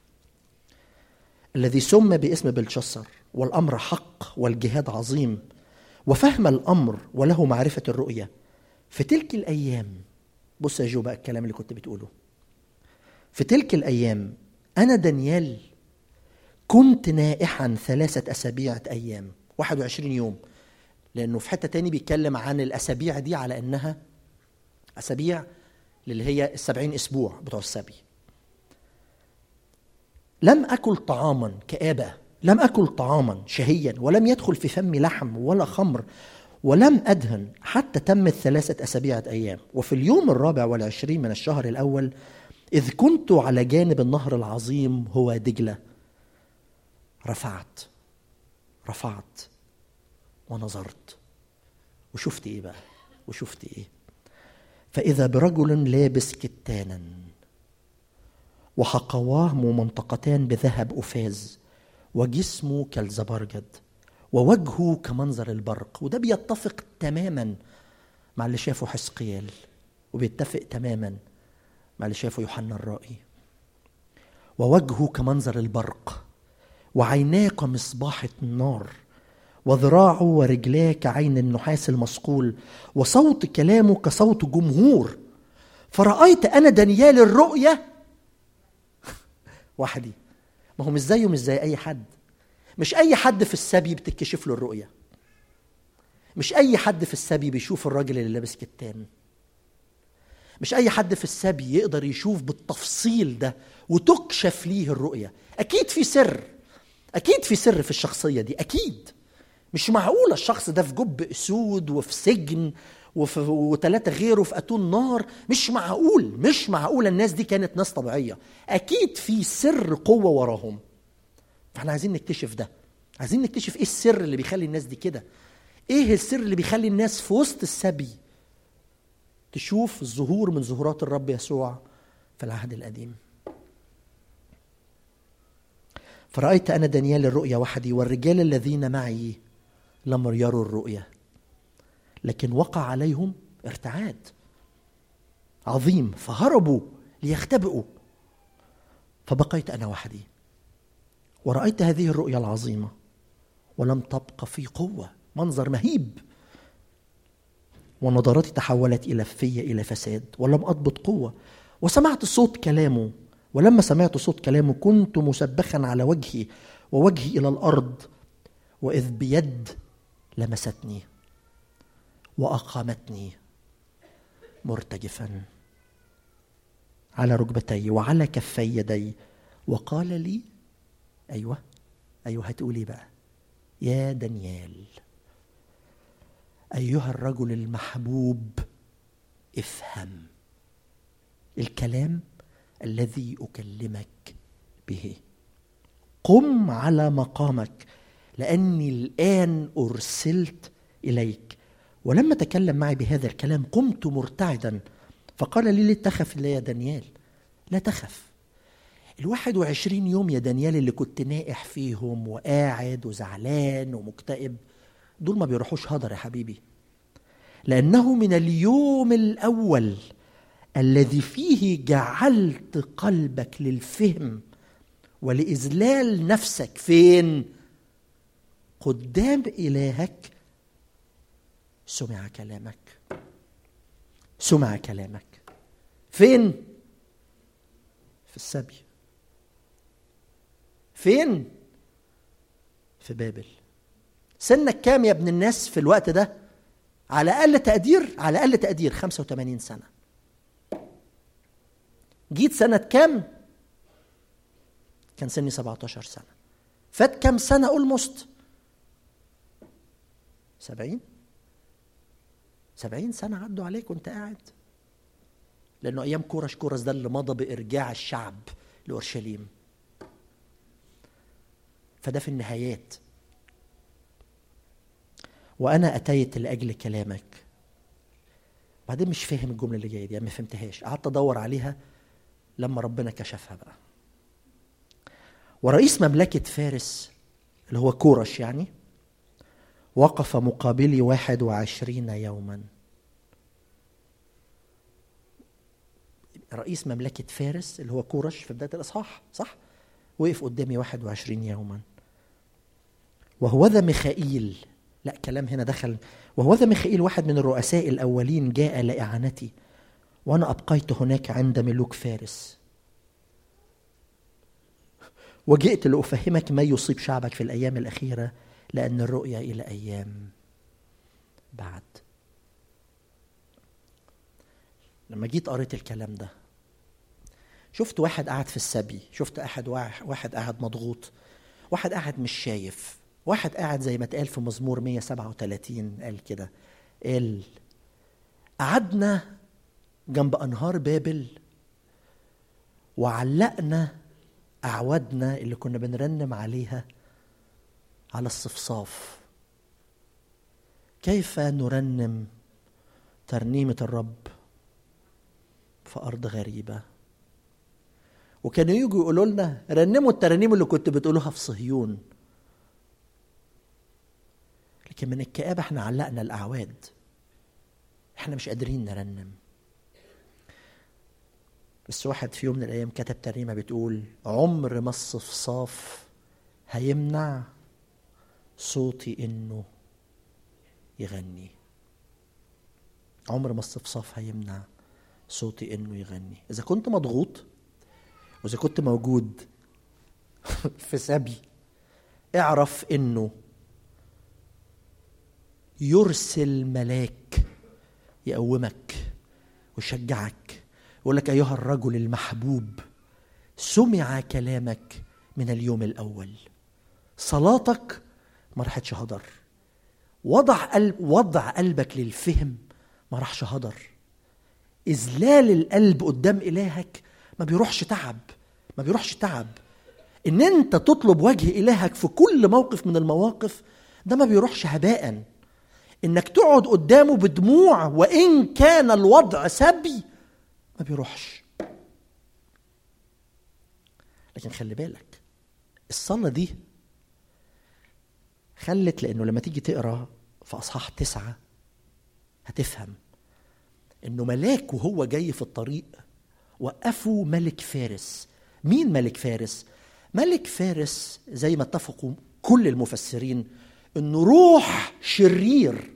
الذي سمى باسم بلشسر، والأمر حق والجهاد عظيم، وفهم الأمر وله معرفة الرؤية. في تلك الأيام، بص يا جو بقى الكلام اللي كنت بتقوله، في تلك الأيام أنا دانيال كنت نائحا 3 أسابيع أيام، 21 يوم، لأنه في حتة تاني بيتكلم عن الأسابيع دي على أنها أسابيع اللي هي 70 أسبوع بتوع السبي. لم أكل طعاما كآبة، لم أكل طعاما شهيا، ولم يدخل في فمي لحم ولا خمر، ولم أدهن حتى تمت 3 أسابيع أيام. وفي اليوم 24 من الشهر الأول، إذ كنت على جانب النهر العظيم هو دجلة، رفعت ونظرت، وشفت إيه بقى؟ فإذا برجل لابس كتانا وحقواه ممنطقتان بذهب أفاز، وجسمه كالزبرجد، ووجهه كمنظر البرق. وده بيتفق تماما مع اللي شافه حزقيال، وبيتفق تماما مع اللي شافه يوحنا الرائي. ووجهه كمنظر البرق، وعيناه كمصباح النار، وذراعه ورجلاه كعين النحاس المصقول، وصوت كلامه كصوت جمهور. فرأيت أنا دانيال الرؤية وحدي. ما هو مش زي أي حد، مش أي حد في السبي بتكشف له الرؤية، مش أي حد في السبي بيشوف الراجل اللي لابس كتان، مش أي حد في السبي يقدر يشوف بالتفصيل ده وتكشف ليه الرؤية. أكيد في سر في الشخصية دي، أكيد. مش معقولة الشخص ده في جب أسود وفي سجن و3 غيره في أتون نار. مش معقول الناس دي كانت ناس طبيعية. أكيد في سر قوة وراهم. فاحنا عايزين نكتشف ده، عايزين نكتشف ايه السر اللي بيخلي الناس دي كده، ايه السر اللي بيخلي الناس في وسط السبي تشوف ظهور من ظهورات الرب يسوع في العهد القديم. فرأيت أنا دانيال الرؤيا وحدي، والرجال الذين معي لم يروا الرؤيا، لكن وقع عليهم ارتعاد عظيم، فهربوا ليختبئوا. فبقيت أنا وحدي، ورأيت هذه الرؤيا العظيمة، ولم تبقى في قوة، منظر مهيب. ونظرتي تحولت إلى فساد، ولم أضبط قوة. وسمعت صوت كلامه، ولما سمعت صوت كلامه كنت مسبخا على وجهي ووجهي إلى الأرض، وإذ بيد لمستني وأقامتني مرتجفا على ركبتي وعلى كفي يدي، وقال لي أيوة هتقولي بقى يا دانيال أيها الرجل المحبوب، افهم الكلام الذي أكلمك به، قم على مقامك، لأني الآن أرسلت إليك، ولما تكلم معي بهذا الكلام قمت مرتعدا، فقال لي: لا تخف يا دانيال، لا تخف. 21 يوم يا دانيال اللي كنت نائح فيهم وقاعد وزعلان ومكتئب، دول ما بيروحوش هدر يا حبيبي، لأنه من اليوم الأول الذي فيه جعلت قلبك للفهم ولإذلال نفسك فين؟ قدام إلهك، سمع كلامك. سمع كلامك فين؟ في السبي. فين؟ في بابل. سنك كام يا ابن الناس في الوقت ده؟ على أقل تقدير 85 سنة. جيت سنة كام؟ كان سني 17 سنة. فات كام سنة؟ أولموست 70 سنة عدوا عليك وانت قاعد، لأنه أيام كورش ده اللي مضى بإرجاع الشعب لأورشليم. فده في النهايات. وأنا أتيت لأجل كلامك. بعدين مش فاهم الجملة اللي جاية دي، ما فهمتهاش، قعدت أدور عليها لما ربنا كشفها بقى. ورئيس مملكة فارس اللي هو كورش يعني وقف مقابلي 21 يوما. رئيس مملكة فارس اللي هو كورش في بداية الإصحاح، صح؟ وقف قدامي 21 يوما. وهوذا ميخائيل، لا كلام هنا دخل، وهوذا ميخائيل واحد من الرؤساء الأولين جاء لإعانتي، وأنا أبقيت هناك عند ملوك فارس، وجئت لأفهمك ما يصيب شعبك في الأيام الأخيرة، لأن الرؤيا إلى أيام بعد. لما جيت قريت الكلام ده شفت واحد قاعد في السبي، شفت واحد قاعد مضغوط، واحد قاعد مش شايف، واحد قاعد زي ما اتقال في مزمور 137 قال كده، قال: قعدنا جنب أنهار بابل وعلقنا أعوادنا اللي كنا بنرنم عليها على الصفصاف. كيف نرنم ترنيمة الرب في أرض غريبة؟ وكانوا يجوا يقولوا لنا رنموا الترانيم اللي كنت بتقولوها في صهيون، لكن من الكآبة احنا علقنا الأعواد، احنا مش قادرين نرنم. بس واحد في يوم من الأيام كتب ترنيمة بتقول: عمر ما الصفصاف هيمنع صوتي إنه يغني. عمر ما الصفصاف هيمنع صوتي إنه يغني. إذا كنت مضغوط وإذا كنت موجود في سبي، اعرف إنه يرسل ملاك يقومك ويشجعك، يقول لك: أيها الرجل المحبوب، سمع كلامك من اليوم الأول. صلاتك ما راحتش هدر، وضع قلبك للفهم ما راحش هدر. إذلال القلب قدام إلهك ما بيروحش تعب. إن أنت تطلب وجه إلهك في كل موقف من المواقف ده ما بيروحش هباء. إنك تقعد قدامه بدموع وإن كان الوضع سبي ما بيروحش. لكن خلي بالك، الصلاة دي خلت، لأنه لما تيجي تقرأ في أصحاح 9 هتفهم إنه ملاك وهو جاي في الطريق وقفوا ملك فارس. مين ملك فارس؟ ملك فارس زي ما اتفقوا كل المفسرين إنه روح شرير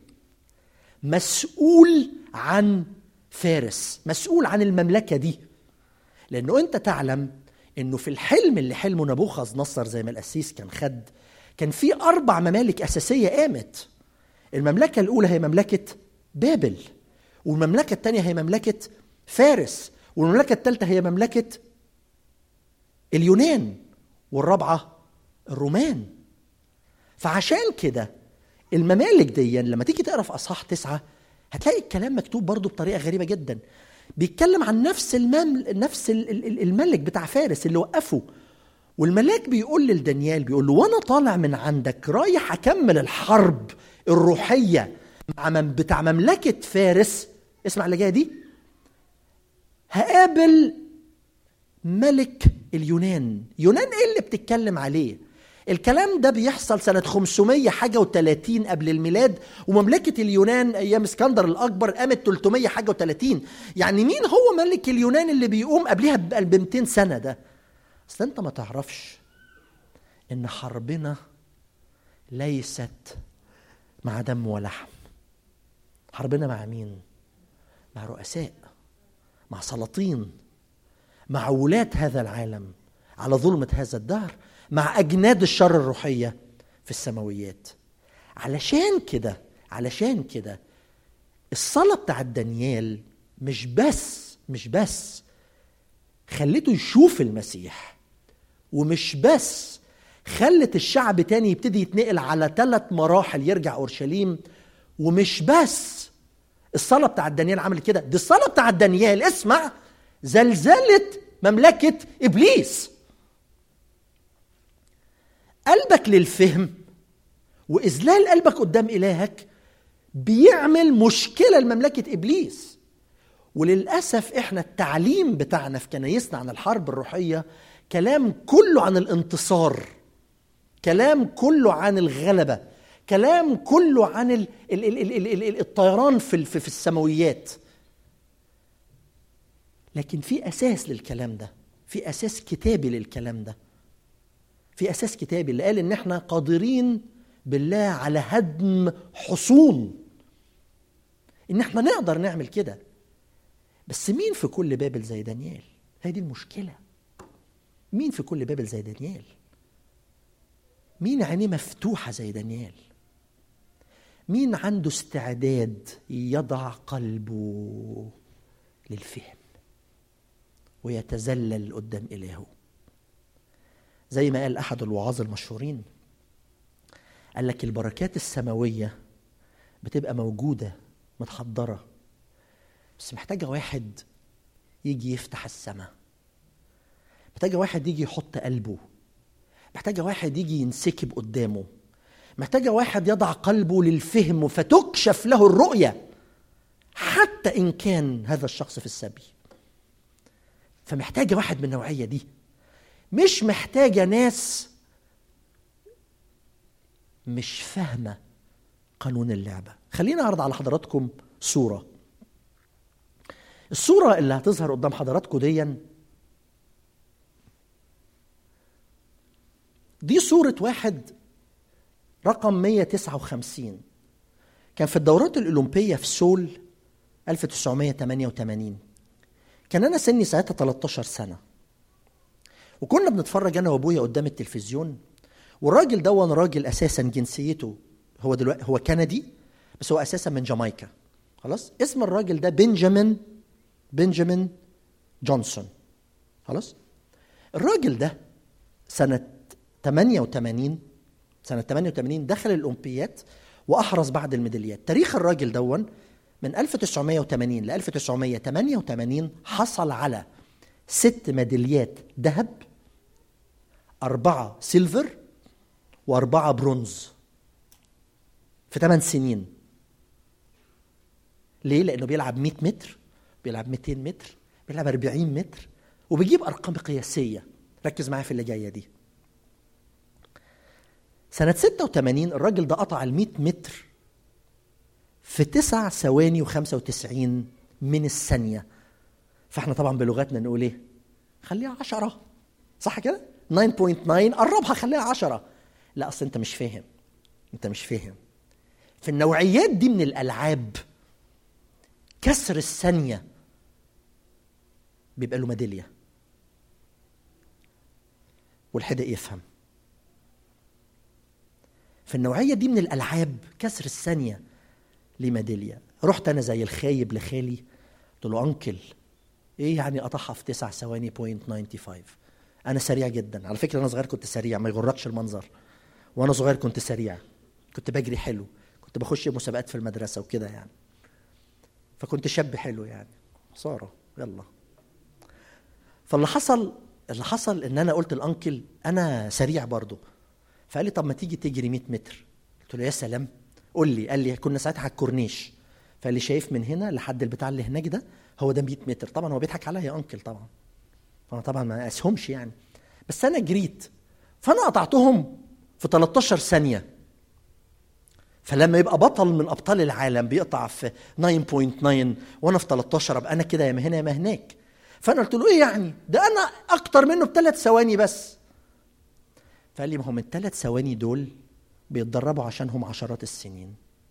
مسؤول عن فارس، مسؤول عن المملكة دي. لأنه أنت تعلم إنه في الحلم اللي حلمه نبوخذ نصر زي ما القسيس كان في 4 ممالك أساسية قامت. المملكة الأولى هي مملكة بابل، والمملكة الثانية هي مملكة فارس، والمملكة الثالثة هي مملكة اليونان، والرابعة الرومان. فعشان كده الممالك دي لما تيجي تقرأ في أصحاح 9 هتلاقي الكلام مكتوب برضو بطريقة غريبة جدا. بيتكلم عن نفس الملك بتاع فارس اللي وقفه، والملاك بيقول لدانيال، بيقول له: وانا طالع من عندك رايح اكمل الحرب الروحية مع بتاع مملكة فارس، اسمع اللي جايه دي، هقابل ملك اليونان. يونان ايه اللي بتتكلم عليه؟ الكلام ده بيحصل سنة 500 حاجة و30 قبل الميلاد، ومملكة اليونان أيام اسكندر الأكبر قامت 300 حاجة و30. يعني مين هو ملك اليونان اللي بيقوم قبلها ب 200 سنة ده؟ أصل أنت ما تعرفش إن حربنا ليست مع دم ولحم. حربنا مع مين؟ مع رؤساء، مع سلاطين، مع ولاة هذا العالم على ظلمة هذا الدهر، مع أجناد الشر الروحية في السماويات. علشان كده الصلاة بتاعت دانيال مش بس خلته يشوف المسيح، ومش بس خلت الشعب تاني يبتدي يتنقل على 3 مراحل يرجع أورشليم، ومش بس الصلاة بتاعت دانيال عمل كده، دي الصلاة بتاعت دانيال اسمع زلزلت مملكة إبليس. قلبك للفهم وإذلال قلبك قدام إلهك بيعمل مشكلة لمملكة إبليس. وللأسف إحنا التعليم بتاعنا في كنايسنا عن الحرب الروحية كلام كله عن الانتصار، كلام كله عن الغلبة، كلام كله عن الطيران في السماويات. لكن في أساس للكلام ده، في أساس كتابي للكلام ده، في أساس كتابي اللي قال إن احنا قادرين بالله على هدم حصون، إن احنا نقدر نعمل كده. بس مين في كل بابل زي دانيال؟ هي دي المشكلة. مين في كل بابل زي دانيال؟ مين عينيه مفتوحة زي دانيال؟ مين عنده استعداد يضع قلبه للفهم ويتذلل قدام إلهه؟ زي ما قال أحد الوعاظ المشهورين، قال لك البركات السماوية بتبقى موجودة متحضرة، بس محتاجة واحد يجي يفتح السماء، محتاجة واحد يجي يحط قلبه، محتاجة واحد يجي ينسكب قدامه، محتاجة واحد يضع قلبه للفهم فتكشف له الرؤية حتى إن كان هذا الشخص في السبي. فمحتاجة واحد من النوعية دي، مش محتاجة ناس مش فاهمة قانون اللعبة. خلينا أعرض على حضراتكم صورة. الصورة اللي هتظهر قدام حضراتكم دي صورة واحد رقم 159 كان في الدورات الأولمبية في سول 1988. كان أنا سني ساعتها 13 سنة، وكنا بنتفرج أنا وأبويا قدام التلفزيون، والراجل ده راجل أساسا جنسيته هو كندي، بس هو أساسا من جامايكا. خلاص، اسم الراجل ده بنجامين جونسون. خلاص، الراجل ده سنة 88 دخل الأولمبيات وأحرز بعض الميداليات. تاريخ الراجل دون من 1980 ل 1988 حصل على 6 ميداليات ذهب، 4 سيلفر و4 برونز في 8 سنين. ليه؟ لأنه بيلعب 100 متر، بيلعب 200 متر، بيلعب 40 متر، وبيجيب أرقام قياسية. ركز معايا في اللي جاية دي. سنة 86 الراجل ده قطع 100 متر في 9 ثواني و95 من الثانية. فاحنا طبعا بلغتنا نقول ايه؟ خليها 10، صح كده؟ 9.9 قربها خليها 10. لا، أصل انت مش فاهم. في النوعيات دي من الألعاب كسر الثانية بيبقى له ميدالية، والحدق يفهم. في النوعية دي من الألعاب كسر الثانية ليه ميدالية. رحت أنا زي الخايب لخالي، قلت له أنكل إيه يعني قطعها في 9 ثواني .95؟ أنا سريع جدا على فكرة، أنا صغير كنت سريع، ما يغرقش المنظر. وأنا صغير كنت سريع، كنت بجري حلو، كنت بخش مسابقات في المدرسة وكده يعني، فكنت شاب حلو يعني. صاروا يلا. فاللي حصل إن أنا قلت الأنكل أنا سريع برضو. فقال لي طب ما تيجي تجري 100 متر. قلت له يا سلام، قول لي. قال لي كنا ساعتها على الكورنيش، فقال لي شايف من هنا لحد البتاع اللي هناك ده هو ده 100 متر. طبعا هو بيضحك عليا يا انكل، طبعا انا طبعا ما اسهمش يعني، بس انا جريت، فانا قطعتهم في 13 ثانيه. فلما يبقى بطل من ابطال العالم بيقطع في 9.9 وانا في 13، ابقى انا كده يا ما هنا يا ما هناك. فانا قلت له ايه يعني، ده انا اكتر منه ب3 ثواني بس. فقال لي ما هم ال3 ثواني دول بيتدربوا عشانهم عشرات السنين.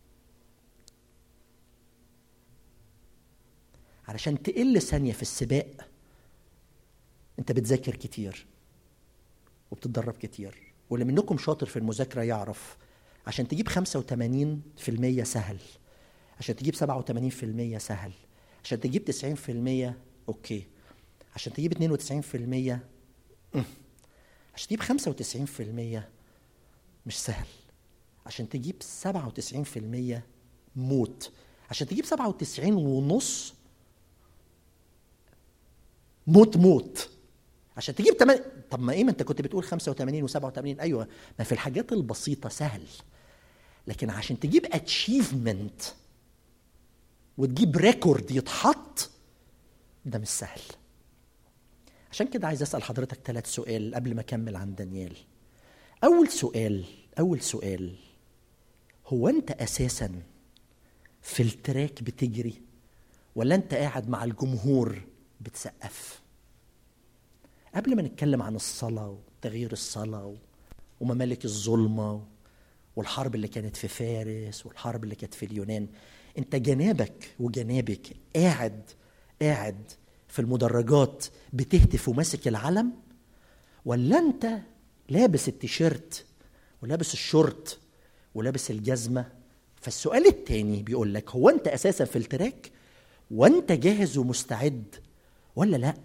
علشان تقل ثانية في السباق انت بتذاكر كتير وبتتدرب كتير. واللي منكم شاطر في المذاكرة يعرف عشان تجيب 85% سهل، عشان تجيب 87% سهل، عشان تجيب 90% اوكي، عشان تجيب 92% عشان تجيب 95% مش سهل، عشان تجيب 97% موت، عشان تجيب 97.5 موت، عشان تجيب 8. طب ما ايه، ما انت كنت بتقول 85 و87. ايوه، ما في الحاجات البسيطه سهل، لكن عشان تجيب اتشيفمنت وتجيب ريكورد يتحط ده مش سهل. عشان كده عايز اسال حضرتك 3 سؤال قبل ما اكمل عن دانيال. اول سؤال، هو انت اساسا في التراك بتجري ولا انت قاعد مع الجمهور بتسقف؟ قبل ما نتكلم عن الصلاة وتغيير الصلاة وممالك الظلمة والحرب اللي كانت في فارس والحرب اللي كانت في اليونان، انت جنابك وجنابك قاعد في المدرجات بتهتف وماسك العلم، ولا انت لابس التيشيرت ولابس الشورت ولابس الجزمة؟ فالسؤال التاني بيقول لك هو انت اساسا في التراك وانت جاهز ومستعد ولا لا؟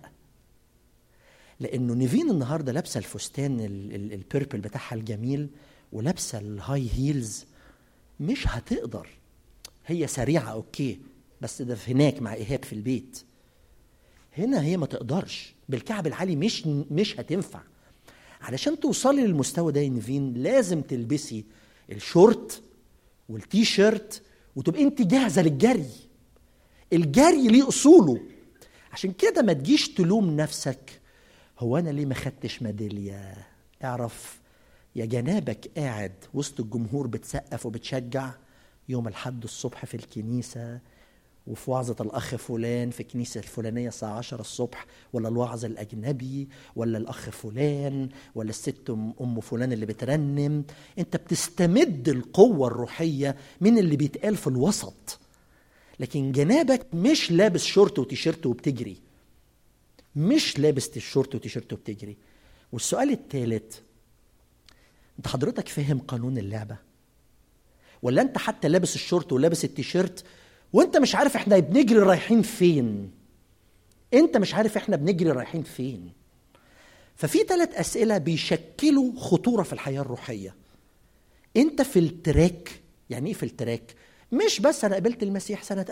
لانه نيفين النهارده لابسه الفستان البيربل بتاعها الجميل ولابسه الهاي هيلز، مش هتقدر. هي سريعه اوكي، بس ده هناك مع ايهاب في البيت. هنا هي ما تقدرش بالكعب العالي، مش هتنفع. علشان توصلي للمستوى ده يا نيفين لازم تلبسي الشورت والتي شيرت وتبقى انت جاهزه للجري. الجري ليه اصوله. عشان كده ما تجيش تلوم نفسك هو انا ليه ما خدتش ميداليه. اعرف يا جنابك قاعد وسط الجمهور بتسقف وبتشجع يوم الحد الصبح في الكنيسه، وفي وعظة الأخ فلان في الكنيسة الفلانية الساعة 10 الصبح، ولا الوعظ الأجنبي، ولا الأخ فلان، ولا الست أم فلان اللي بترنم. أنت بتستمد القوة الروحية من اللي بيتقال في الوسط، لكن جنابك مش لابس شورت وتيشيرت وبتجري، مش لابس الشورت وتيشيرت وبتجري. والسؤال الثالث، أنت حضرتك فاهم قانون اللعبة؟ ولا أنت حتى لابس الشورت ولابس التيشيرت وانت مش عارف احنا بنجري رايحين فين؟ انت مش عارف احنا بنجري رايحين فين. ففي 3 أسئلة بيشكلوا خطورة في الحياة الروحية. انت في التراك. يعني ايه في التراك؟ مش بس انا قابلت المسيح سنة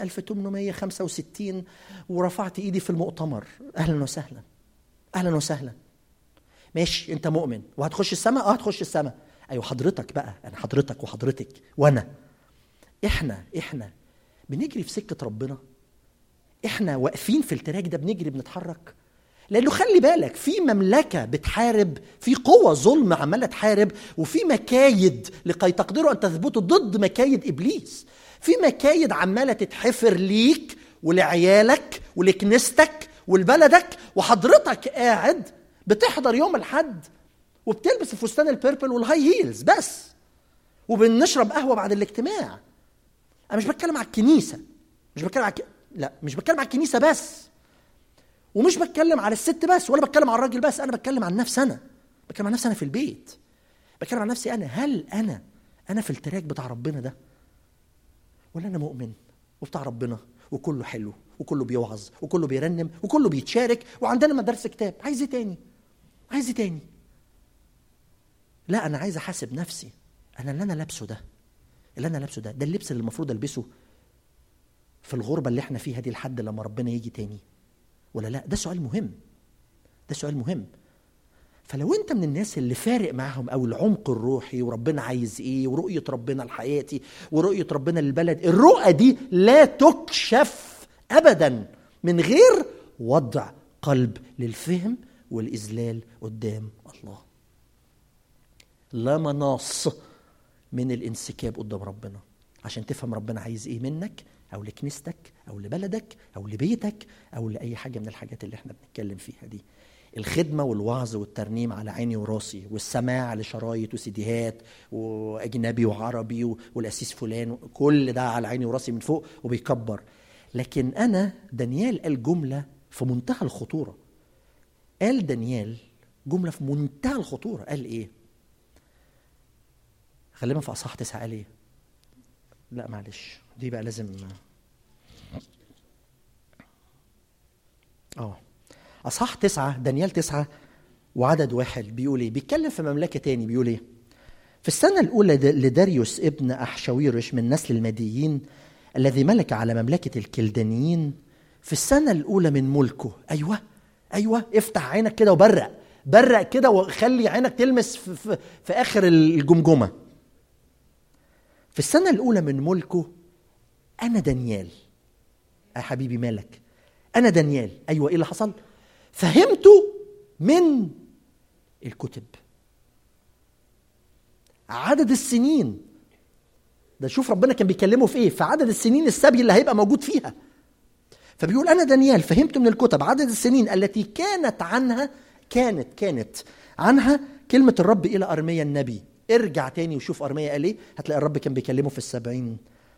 1865 ورفعت ايدي في المؤتمر، اهلا وسهلا اهلا وسهلا، ماشي انت مؤمن وهتخش السماء. هتخش السماء. ايوه حضرتك بقى، انا حضرتك وحضرتك وانا، احنا بنجري في سكة ربنا. احنا واقفين في التراك ده بنجري بنتحرك. لانه خلي بالك في مملكة بتحارب، في قوة ظلم عمالة تحارب، وفي مكايد لكي تقدروا ان تثبتوا ضد مكايد ابليس. في مكايد عمالة تتحفر ليك ولعيالك ولكنيستك ولبلدك، وحضرتك قاعد بتحضر يوم الحد وبتلبس الفستان البيربل والهاي هيلز بس، وبنشرب قهوة بعد الاجتماع. أنا مش بتكلم على الكنيسة، مش بتكلم على الكنيسة بس، ومش بتكلم على الست بس، ولا بتكلم على الراجل بس. أنا بتكلم عن نفسي أنا، بتكلم عن نفسي أنا في البيت، بتكلم عن نفسي أنا. هل أنا في التراك بتاع ربنا ده، ولا أنا مؤمن وبتاع ربنا وكله حلو وكله بيوعظ وكله بيرنم وكله بيتشارك وعندنا مدارس كتاب؟ عايز إيه تاني؟ لا، أنا عايز أحاسب نفسي. أنا اللي أنا لابسه ده ده اللبس اللي المفروض ألبسه في الغربة اللي احنا فيها دي لحد لما ربنا يجي تاني، ولا لا؟ ده سؤال مهم. فلو انت من الناس اللي فارق معهم او العمق الروحي وربنا عايز ايه ورؤية ربنا لحياتي ورؤية ربنا للبلد، الرؤى دي لا تكشف ابدا من غير وضع قلب للفهم والإذلال قدام الله. لا مناص من الانسكاب قدام ربنا عشان تفهم ربنا عايز ايه منك او لكنيستك او لبلدك او لبيتك او لأي حاجة من الحاجات اللي احنا بنتكلم فيها دي. الخدمة والوعظ والترنيم على عيني وراسي، والسماع لشرايط وسيديهات وأجنبي وعربي والأسيس فلان، كل ده على عيني وراسي من فوق وبيكبر. لكن أنا دانيال قال جملة في منتهى الخطورة. قال دانيال جملة في منتهى الخطورة. قال إيه؟ غالبا في أصحاح 9 قال إيه؟ لا معلش دي بقى لازم أصحاح 9 دانيال 9 وعدد 1 بيقول إيه؟ بيتكلم في مملكة تاني. بيقول إيه؟ في السنة الأولى لداريوس ابن أحشويرش من نسل الماديين الذي ملك على مملكة الكلدانيين، في السنة الأولى من ملكه. أيوة افتح عينك كده وبرق كده وخلي عينك تلمس في آخر الجمجمة. في السنة الأولى من ملكه أنا دانيال. يا حبيبي مالك؟ أنا دانيال. أيوة إيه اللي حصل؟ فهمته من الكتب. عدد السنين ده، شوف ربنا كان بيكلمه في ايه، في عدد السنين السبي اللي هيبقى موجود فيها. فبيقول انا دانيال فهمت من الكتب عدد السنين التي كانت عنها كلمة الرب الى ارميا النبي. ارجع تاني وشوف ارميا قال ايه، هتلاقي الرب كان بيكلمه في 70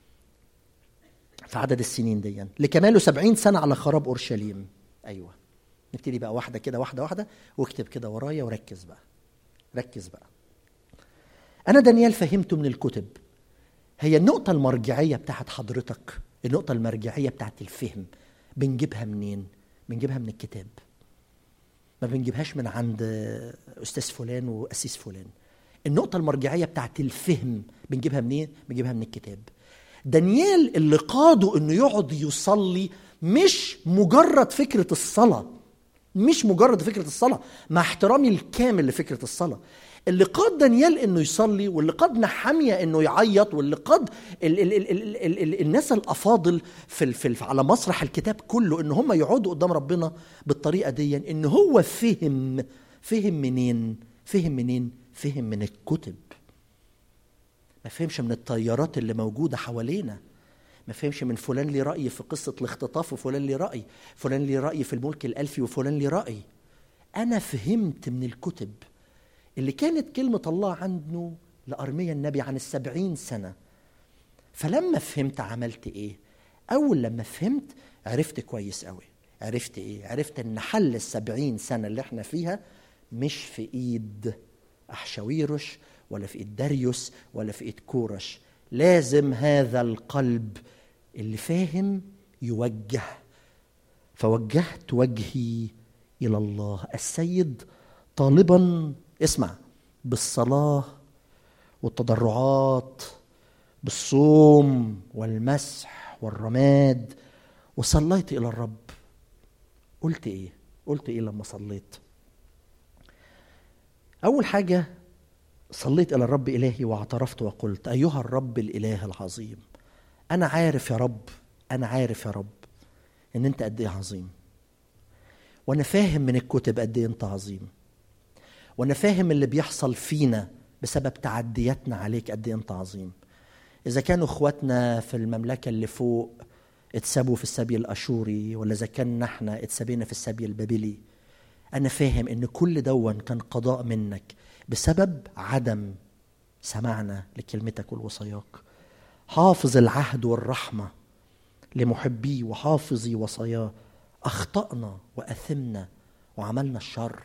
في عدد السنين دي لكماله 70 سنة على خراب اورشليم. ايوه نبتدي بقى واحدة كده واحدة واكتب كده ورايا وركز بقى. انا دانيال فهمته من الكتب. هي النقطة المرجعية بتاعت حضرتك، النقطة المرجعية بتاعت الفهم بنجيبها منين؟ بنجيبها من الكتاب، ما بنجيبهاش من عند أستاذ فلان وأسيس فلان. النقطة المرجعية بتاعت الفهم بنجيبها منين؟ بنجيبها من الكتاب. دانيال اللي قاده إنه يقعد يصلي مش مجرد فكرة الصلاة، مع احترامي الكامل لفكرة الصلاة. اللي قاد دانيال انه يصلي، واللي قاد نحمية انه يعيط، واللي قاد الناس الافاضل على مسرح الكتاب كله ان هم يقعدوا قدام ربنا بالطريقة دي، ان هو فهم منين؟ فهم من الكتب. ما فهمش من التيارات اللي موجودة حوالينا، ما فهمش من فلان لي رأي في قصة الاختطاف وفلان لي رأي، فلان لي رأي في الملك الألفي وفلان لي رأي. أنا فهمت من الكتب اللي كانت كلمة الله عنه لأرميا النبي عن 70 سنة. فلما فهمت عملت إيه؟ أول لما فهمت عرفت كويس قوي. عرفت إيه؟ عرفت إن حل 70 سنة اللي احنا فيها مش في إيد أحشويرش ولا في إيد داريوس ولا في إيد كورش. لازم هذا القلب اللي فاهم يوجه. فوجهت وجهي إلى الله السيد طالبا، اسمع، بالصلاة والتضرعات، بالصوم والمسح والرماد، وصليت إلى الرب. قلت إيه لما صليت؟ أول حاجة صليت إلى الرب إلهي واعترفت وقلت أيها الرب الإله العظيم، أنا عارف يا رب إن أنت قد إيه عظيم، وأنا فاهم من الكتب قد إيه أنت عظيم، وأنا فاهم اللي بيحصل فينا بسبب تعدياتنا عليك قد إيه أنت عظيم. إذا كانوا إخواتنا في المملكة اللي فوق اتسابوا في السبي الأشوري، ولا إذا كان احنا اتسابينا في السبي البابلي، أنا فاهم إن كل دون كان قضاء منك بسبب عدم سمعنا لكلمتك والوصاياك. حافظ العهد والرحمة لمحبيه وحافظي وصاياه. أخطأنا وأثمنا وعملنا الشر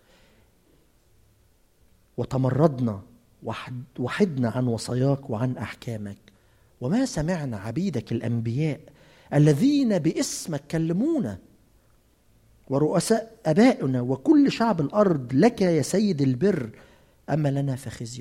وتمردنا وحدنا عن وصاياك وعن أحكامك، وما سمعنا عبيدك الأنبياء الذين باسمك كلمونا، ورؤساء أبائنا وكل شعب الأرض لك يا سيد البر، أما لنا فخزي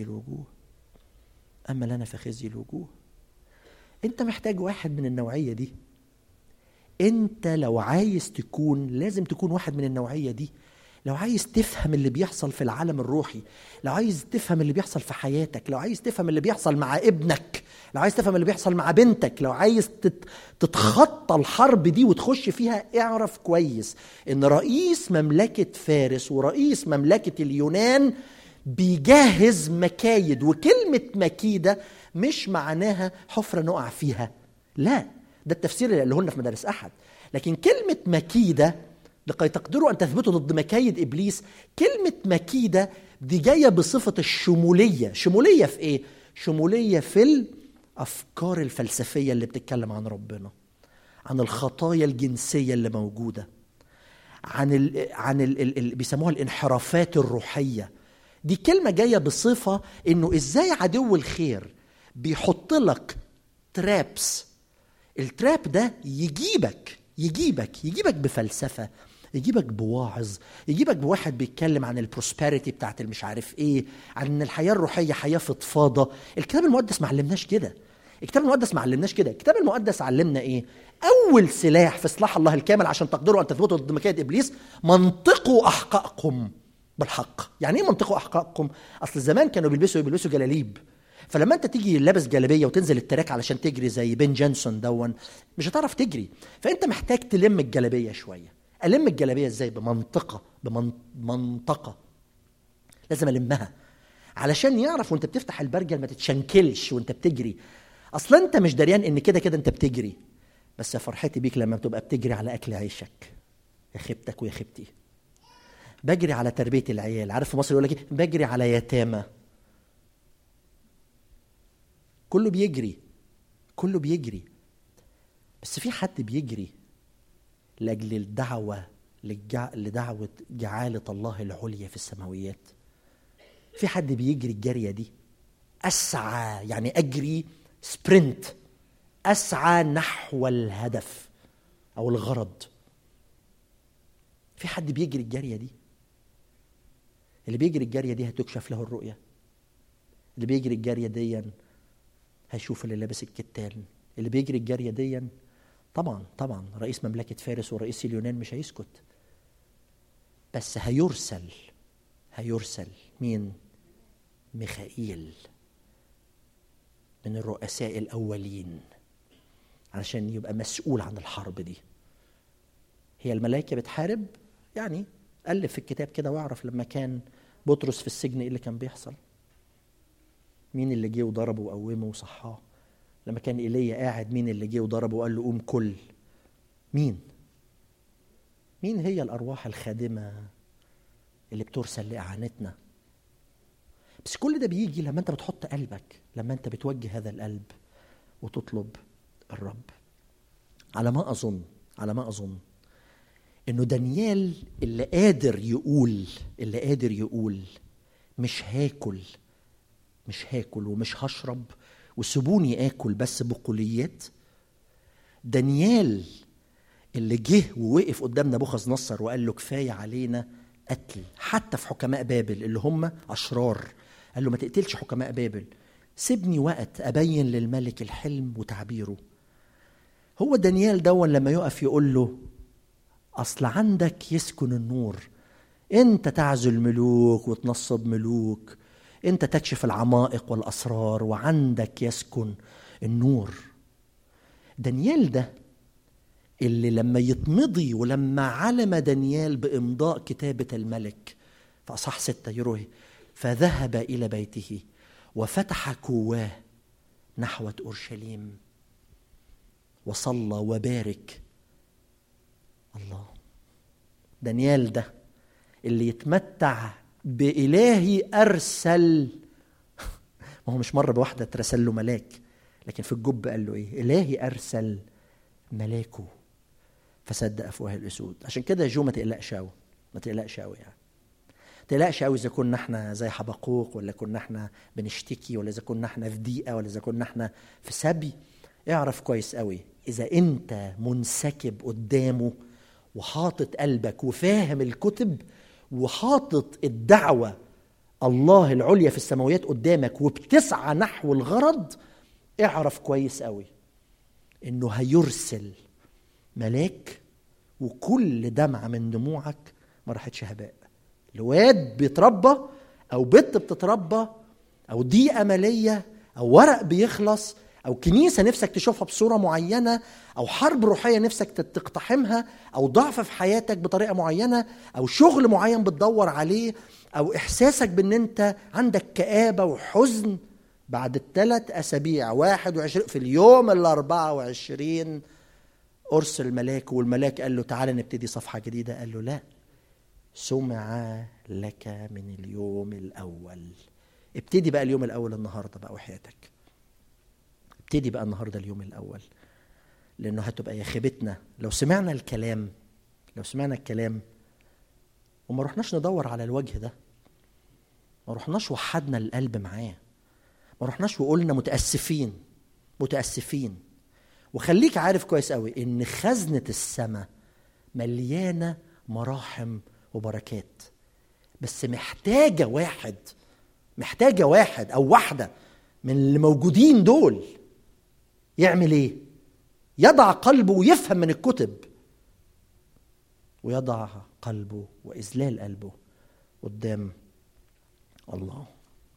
الوجوه. أنت محتاج واحد من النوعية دي. أنت لو عايز تكون، لازم تكون واحد من النوعية دي. لو عايز تفهم اللي بيحصل في العالم الروحي، لو عايز تفهم اللي بيحصل في حياتك، لو عايز تفهم اللي بيحصل مع ابنك، لو عايز تفهم اللي بيحصل مع بنتك، لو عايز تتخطى الحرب دي وتخش فيها، اعرف كويس ان رئيس مملكة فارس ورئيس مملكة اليونان بيجهز مكايد. وكلمة مكيدة مش معناها حفرة نقع فيها، لا، ده التفسير اللي قاله لنا في مدارس أحد. لكن كلمة مكيدة لكي تقدروا أن تثبتوا ضد مكايد إبليس، كلمة مكيدة دي جاية بصفة الشمولية. شمولية في إيه؟ شمولية في الأفكار الفلسفية اللي بتتكلم عن ربنا، عن الخطايا الجنسية اللي موجودة، عن بيسموها الانحرافات الروحية. دي كلمة جاية بصفة إنه إزاي عدو الخير بيحط لك ترابس. التراب ده يجيبك بفلسفة، يجيبك بواعظ، يجيبك بواحد بيتكلم عن البروسبريتي بتاعت المش عارف ايه، عن الحياة الروحية حياة فضفاضة. الكتاب المقدس ما علمناش كده. الكتاب المقدس علمنا ايه؟ اول سلاح في سلاح الله الكامل عشان تقدروا ان تثبتوا ضد مكايد ابليس، منطقوا احقائكم بالحق. يعني ايه منطقوا احقائكم؟ اصل زمان كانوا بيلبسوا جلاليب، فلما انت تيجي لابس جلابيه وتنزل التراك علشان تجري زي بن جانسون دون، مش هتعرف تجري. فانت محتاج تلم الجلابيه شويه. الم الجلابيه ازاي؟ بمنطقه لازم المها علشان يعرف وانت بتفتح البرجل ما تتشنكلش وانت بتجري. اصلا انت مش دريان ان كده انت بتجري. بس يا فرحتي بيك لما بتبقى بتجري على اكل عيشك، يا خيبتك ويا خيبتي. بجري على تربيه العيال. عارف في مصر يقول لك ايه؟ بجري على يتامى. كله بيجري، بس في حد بيجري لاجل الدعوه لدعوه جعاله الله العليا في السماويات. في حد بيجري الجريه دي، اسعى، يعني اجري سبرنت، اسعى نحو الهدف او الغرض. في حد بيجري الجريه دي. اللي بيجري الجريه دي هتكشف له الرؤيه. اللي بيجري الجريه دي هيشوف اللي لابس الكتان. اللي بيجري الجريه دي طبعا رئيس مملكه فارس ورئيس اليونان مش هيسكت، بس هيرسل مين؟ ميخائيل من الرؤساء الاولين علشان يبقى مسؤول عن الحرب دي. هي الملائكه بتحارب؟ يعني قلب في الكتاب كده واعرف لما كان بطرس في السجن ايه اللي كان بيحصل. مين اللي جه وضربه وقومه وصحاه؟ لما كان ايليا قاعد مين اللي جه وضربه وقال له قوم كل؟ مين هي الارواح الخادمه اللي بترسل لاعانتنا؟ بس كل ده بيجي لما انت بتحط قلبك، لما انت بتوجه هذا القلب وتطلب الرب. على ما اظن انه دانيال اللي قادر يقول مش هاكل ومش هشرب وسيبوني اكل بس بقوليات. دانيال اللي جه ووقف قدام نبوخذ نصر وقال له كفايه علينا قتل، حتى في حكماء بابل اللي هم اشرار، قال له ما تقتلش حكماء بابل، سيبني وقت ابين للملك الحلم وتعبيره. هو دانيال دون لما يقف يقول له اصل عندك يسكن النور، انت تعزل ملوك وتنصب ملوك، انت تكشف العمائق والاسرار وعندك يسكن النور. دانيال ده اللي لما يتمضي ولما علم دانيال بامضاء كتابة الملك في اصحاح 6 يروي فذهب الى بيته وفتح كواه نحو اورشليم وصلى وبارك الله. دانيال ده اللي يتمتع بإلهي أرسل، ما هو مش مرة بواحدة ترسل له ملاك، لكن في الجب قال له إيه؟ إلهي أرسل ملاكه فسد أفواه الأسود. عشان كده يا جو ما تقلقش قوي يعني. تقلقش قوي إذا كنا احنا زي حبقوق، ولا كنا احنا بنشتكي، ولا إذا كنا احنا في ضيقة، ولا إذا كنا احنا في سبي. اعرف كويس قوي إذا أنت منسكب قدامه وحاطط قلبك وفاهم الكتب وحاطط الدعوة الله العليا في السماويات قدامك وبتسعى نحو الغرض، اعرف كويس قوي انه هيرسل ملاك وكل دمعة من دموعك ما راحتش هباء. الواد بيتربى أو بنت بتتربى، أو ضيقة مالية، أو ورق بيخلص، أو كنيسة نفسك تشوفها بصورة معينة، أو حرب روحية نفسك تقتحمها، أو ضعف في حياتك بطريقة معينة، أو شغل معين بتدور عليه، أو إحساسك بأن أنت عندك كآبة وحزن. بعد 3 أسابيع 21 في اليوم 24 أرسل الملاك، والملاك قال له تعالى نبتدي صفحة جديدة. قال له لا، سمع لك من اليوم الأول. ابتدي بقى اليوم الأول النهاردة بقى وحياتك، ابتدي بقى النهاردة اليوم الأول، لأنه هتبقى يا خيبتنا لو سمعنا الكلام وما رحناش ندور على الوجه ده، ما رحناش وحدنا القلب معاه، ما رحناش وقلنا متأسفين. وخليك عارف كويس قوي إن خزنة السماء مليانة مراحم وبركات، بس محتاجة واحد أو واحدة من اللي موجودين دول يعمل إيه؟ يضع قلبه ويفهم من الكتب، ويضع قلبه وإذلال قلبه قدام الله.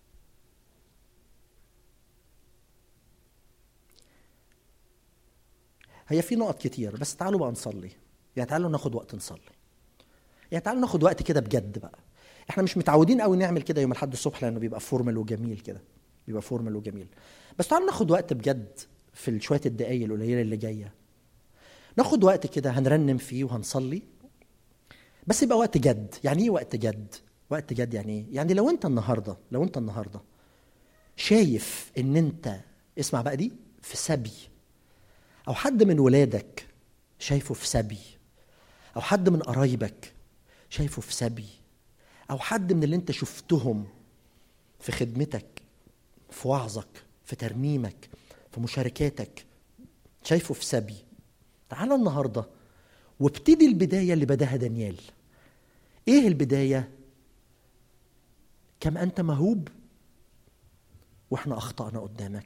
هي في نقط كتير، بس تعالوا بقى نصلي. يعني تعالوا ناخد وقت نصلي، يعني تعالوا ناخد وقت كده بجد بقى. احنا مش متعودين قوي نعمل كده يوم الأحد الصبح، لأنه بيبقى فورمال وجميل كده، بس تعالوا ناخد وقت بجد في شوية الدقايق القليلة اللي جاية. ناخد وقت كده هنرنم فيه وهنصلي، بس يبقى وقت جد. يعني ايه وقت جد؟ وقت جد يعني ايه؟ يعني لو انت النهارده شايف ان انت، اسمع بقى دي، في سبي، او حد من ولادك شايفه في سبي، او حد من قرايبك شايفه في سبي، او حد من اللي انت شفتهم في خدمتك، في وعظك، في ترنيمك، في مشاركاتك، شايفه في سبي، تعال النهارده وابتدي البداية اللي بداها دانيال. ايه البداية؟ كم أنت مهوب واحنا أخطأنا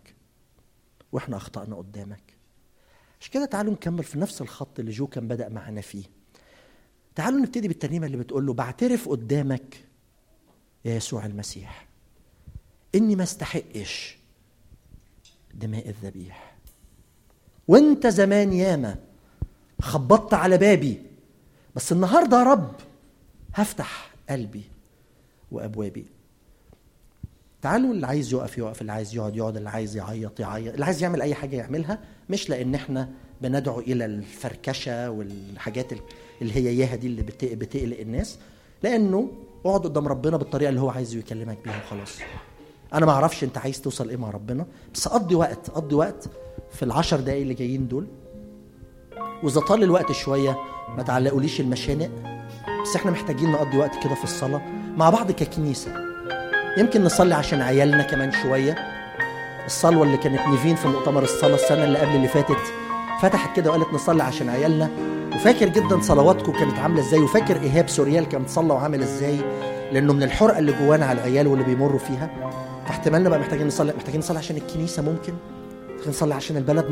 قدامك. عشان كده تعالوا نكمل في نفس الخط اللي جو كان بدأ معنا فيه. تعالوا نبتدي بالترنيمة اللي بتقول له بعترف قدامك يا يسوع المسيح إني ما استحقش دماء الذبيح، وانت زمان ياما خبطت على بابي، بس النهاردة يا رب هفتح قلبي وأبوابي. تعالوا، اللي عايز يقف، اللي عايز يقعد، اللي عايز يعيط، اللي عايز يعمل أي حاجة يعملها، مش لأن احنا بندعو إلى الفركشة والحاجات اللي هي ياها دي اللي بتقلق الناس، لأنه اقعد قدام ربنا بالطريقة اللي هو عايز يكلمك بيها وخلاص. أنا ما أعرفش أنت عايز توصل إيه مع ربنا، بس قضي وقت في 10 دقايق اللي جايين دول. وإذا طال الوقت شوية ما تعلقوليش المشانق، بس احنا محتاجين نقضي وقت كده في الصلاة مع بعض ككنيسة. يمكن نصلي عشان عيالنا كمان شوية. الصلوة اللي كانت نيفين في مؤتمر الصلاة السنة اللي قبل اللي فاتت فتحت كده وقالت نصلي عشان عيالنا، وفاكر جدا صلواتكم كانت عاملة ازاي، وفاكر إيهاب سوريال كان صلى وعامل ازاي، لأنه من الحرقة اللي جوانا على العيال واللي بيمروا فيها. فاحتمالنا بقى محتاجين نصلي عشان الكنيسة، ممكن نصلي عشان البلد.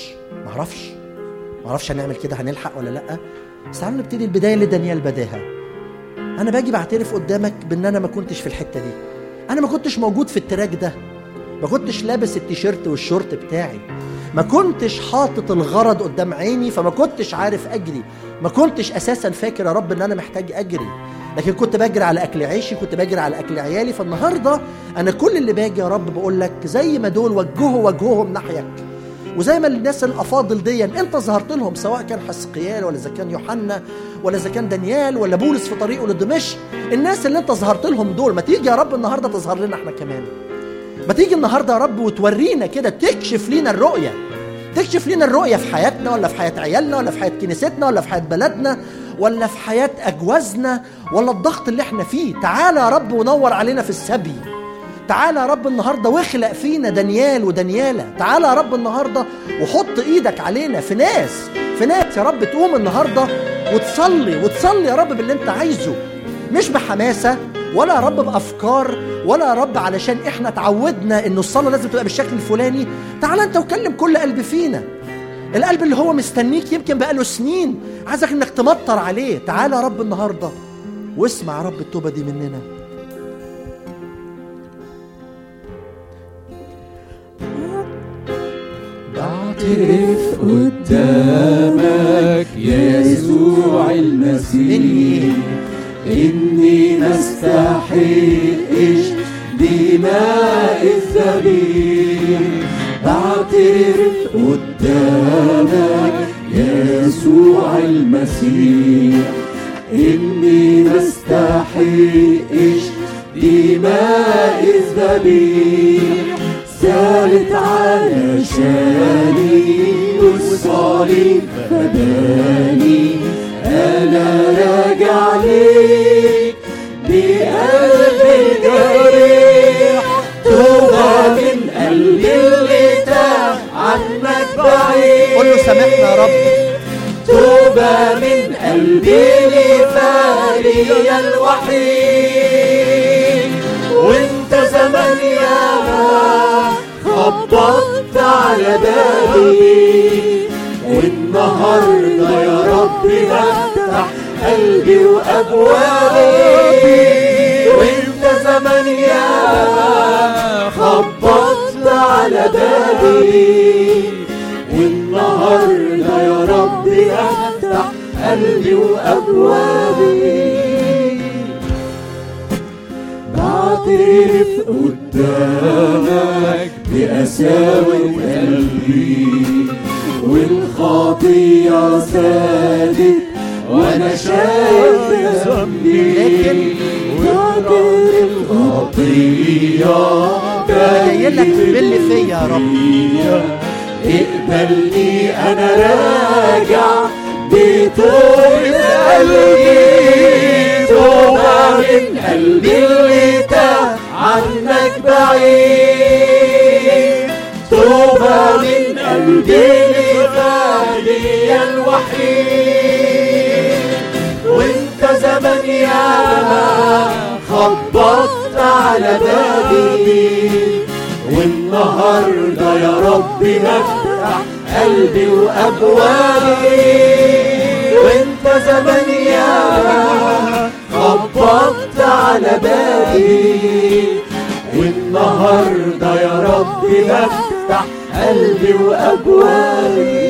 معرفش هنعمل كده هنلحق ولا لأ، بس تعالوا نبتدي البداية اللي دانيال بداها. أنا باجي بعترف قدامك بأن أنا ما كنتش في الحتة دي، أنا ما كنتش موجود في التراك ده، ما كنتش لابس التيشيرت والشورت بتاعي، ما كنتش حاطط الغرض قدام عيني، فما كنتش عارف أجري، ما كنتش أساسا فاكر يا رب أن أنا محتاج أجري، لكن كنت بجري على أكل عيشي، كنت بجري على أكل عيالي. فالنهاردة أنا كل اللي باجي يا رب بقول لك زي ما دول وجههم ناحيك، وزي ما الناس الأفاضل دي أنت ظهرت لهم، سواء كان حسقيال ولا إذا كان يوحنا ولا إذا كان دانيال ولا بولس في طريقه لدمشق، الناس اللي أنت ظهرت لهم دول، ما تيجي يا رب النهاردة تظهر لنا احنا كمان، ما تيجي النهاردة يا رب وتورينا كده، تكشف لنا الرؤية في حياتنا، ولا في حياة عيالنا، ولا في حياة كنيستنا، ولا في حياة بلدنا، ولا في حياة أجوازنا، ولا الضغط اللي احنا فيه. تعالى يا رب ونور علينا في السبي. تعالى يا رب النهاردة واخلق فينا دانيال ودانيالة. تعالى يا رب النهاردة وحط ايدك علينا في ناس يا رب تقوم النهاردة وتصلي يا رب باللي انت عايزه، مش بحماسة ولا يا رب بأفكار، ولا يا رب علشان احنا تعودنا انه الصلاة لازم تبقى بالشكل الفلاني. تعالى انت وكلم كل قلب فينا، القلب اللي هو مستنيك يمكن بقاله سنين عايزك انك تمطر عليه. تعالى يا رب النهاردة واسمع رب التوبة دي مننا. بعترف قدامك يا يسوع المسيح إني مستحقش دماء الذبيح. بعترف قدامك يا يسوع المسيح إني مستحقش دماء الذبيح. سالت علشاني والصليب فداني. أنا راجع ليك بقلبي جريح. توبة من قلبي اللي تاه عنك بعيد. قل له سامحنا يا رب. توبة من قلبي لفاري الوحيد. وانت زمان ياما خبطت على بابي، والنهارده يا رب بفتح قلبي وابوابي. وانت زمان ياما خبطت على بابي، والنهارده يا رب بفتح قلبي وابوابي. بعترف قدامك بقساوة قلبي، والخطية سادت وانا شايف ذنبي. بعترف خطية جايلك باللي فيا يا رب. اقبلني انا راجع بطول قلبي. توبة من قلبي اللي تاه عنك بعيد. توبة من قلبي لفادي الوحيد. وانت زمان ياما خبطت على بابي، والنهارده يا رب بفتح قلبي وابوابي. وانت زمان ياما خبطت على بابي، والنهارده يا رب بفتح قلبي وابوابي.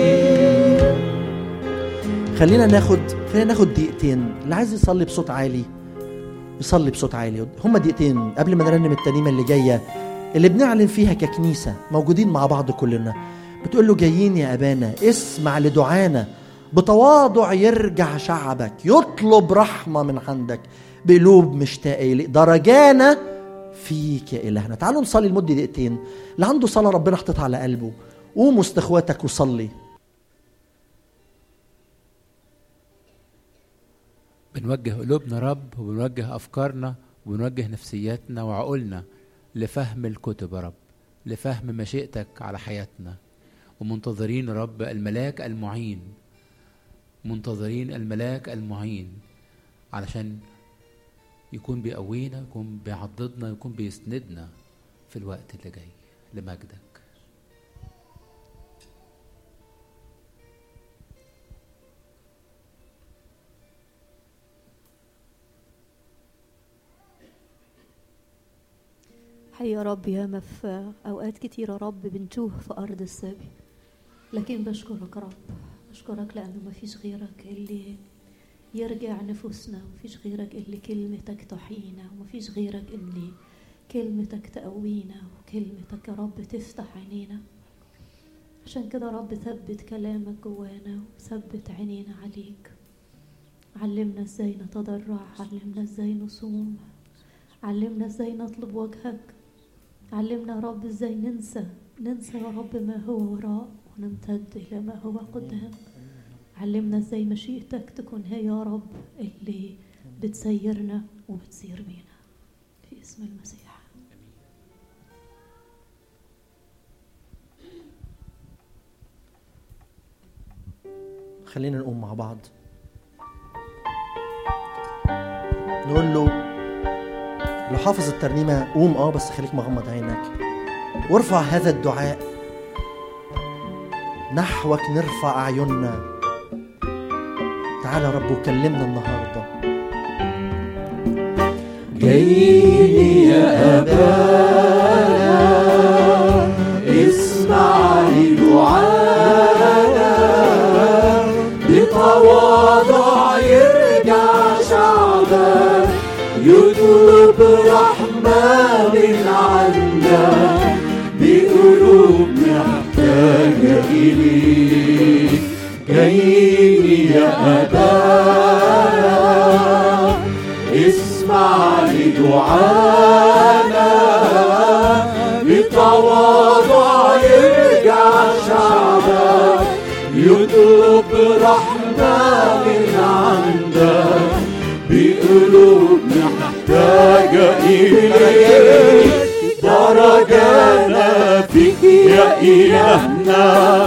خلينا ناخد دقيقتين. اللي عايز يصلي بصوت عالي يصلي بصوت عالي. هما دقيقتين قبل ما نرنم الترنيمه اللي جايه اللي بنعلن فيها ككنيسه موجودين مع بعض كلنا. بتقول له جايين يا ابانا اسمع لدعانا، بتواضع يرجع شعبك يطلب رحمه من عندك بقلوب مشتاقه إليك. درجانا فيك يا الهنا. تعالوا نصلي لمده دقيقتين. اللي عنده صلاه ربنا حطتها على قلبه قوم وسط اخواتك وصلي. بنوجه قلوبنا رب، وبنوجه أفكارنا، وبنوجه نفسياتنا وعقولنا لفهم الكتب يا رب، لفهم مشيئتك على حياتنا. ومنتظرين رب الملاك المعين، منتظرين الملاك المعين علشان يكون بيقوينا، يكون بيعضدنا، يكون بيسندنا في الوقت اللي جاي لمجدك. حي يا رب. ياما في أوقات كتيرة رب بنتوه في أرض السبي، لكن بشكرك رب، بشكرك لأنه مفيش غيرك اللي يرجع نفوسنا، ومفيش غيرك اللي كلمتك تحيينا، ومفيش غيرك اللي كلمتك تقوينا، وكلمتك يا رب تفتح عينينا. عشان كده رب ثبت كلامك جوانا وثبت عينينا عليك. علمنا ازاي نتضرع، علمنا ازاي نصوم، علمنا ازاي نطلب وجهك، علمنا يا رب ازاي ننسى يا رب ما هو وراء ونمتد الى ما هو قدام. علمنا ازاي مشيئتك تكون هي يا رب اللي بتسيرنا وبتسير بينا في اسم المسيح. خلينا نقوم مع بعض نقول له لو حافظ الترنيمة قوم بس خليك مغمض عينك وارفع هذا الدعاء نحوك. نرفع أعيننا. تعال يا رب وكلمنا النهاردة. جايين يا أبانا اسمع دعانا بتواضع يرجع شعبك يطلب رحمة من عندك بقلوب محتاجة إليك جايين يا أبانا اسمع لدعانا بتواضع يرجع شعبك يطلب رحمة من عندك بقلوب محتاجة إليك درجانا فيك يا إلهنا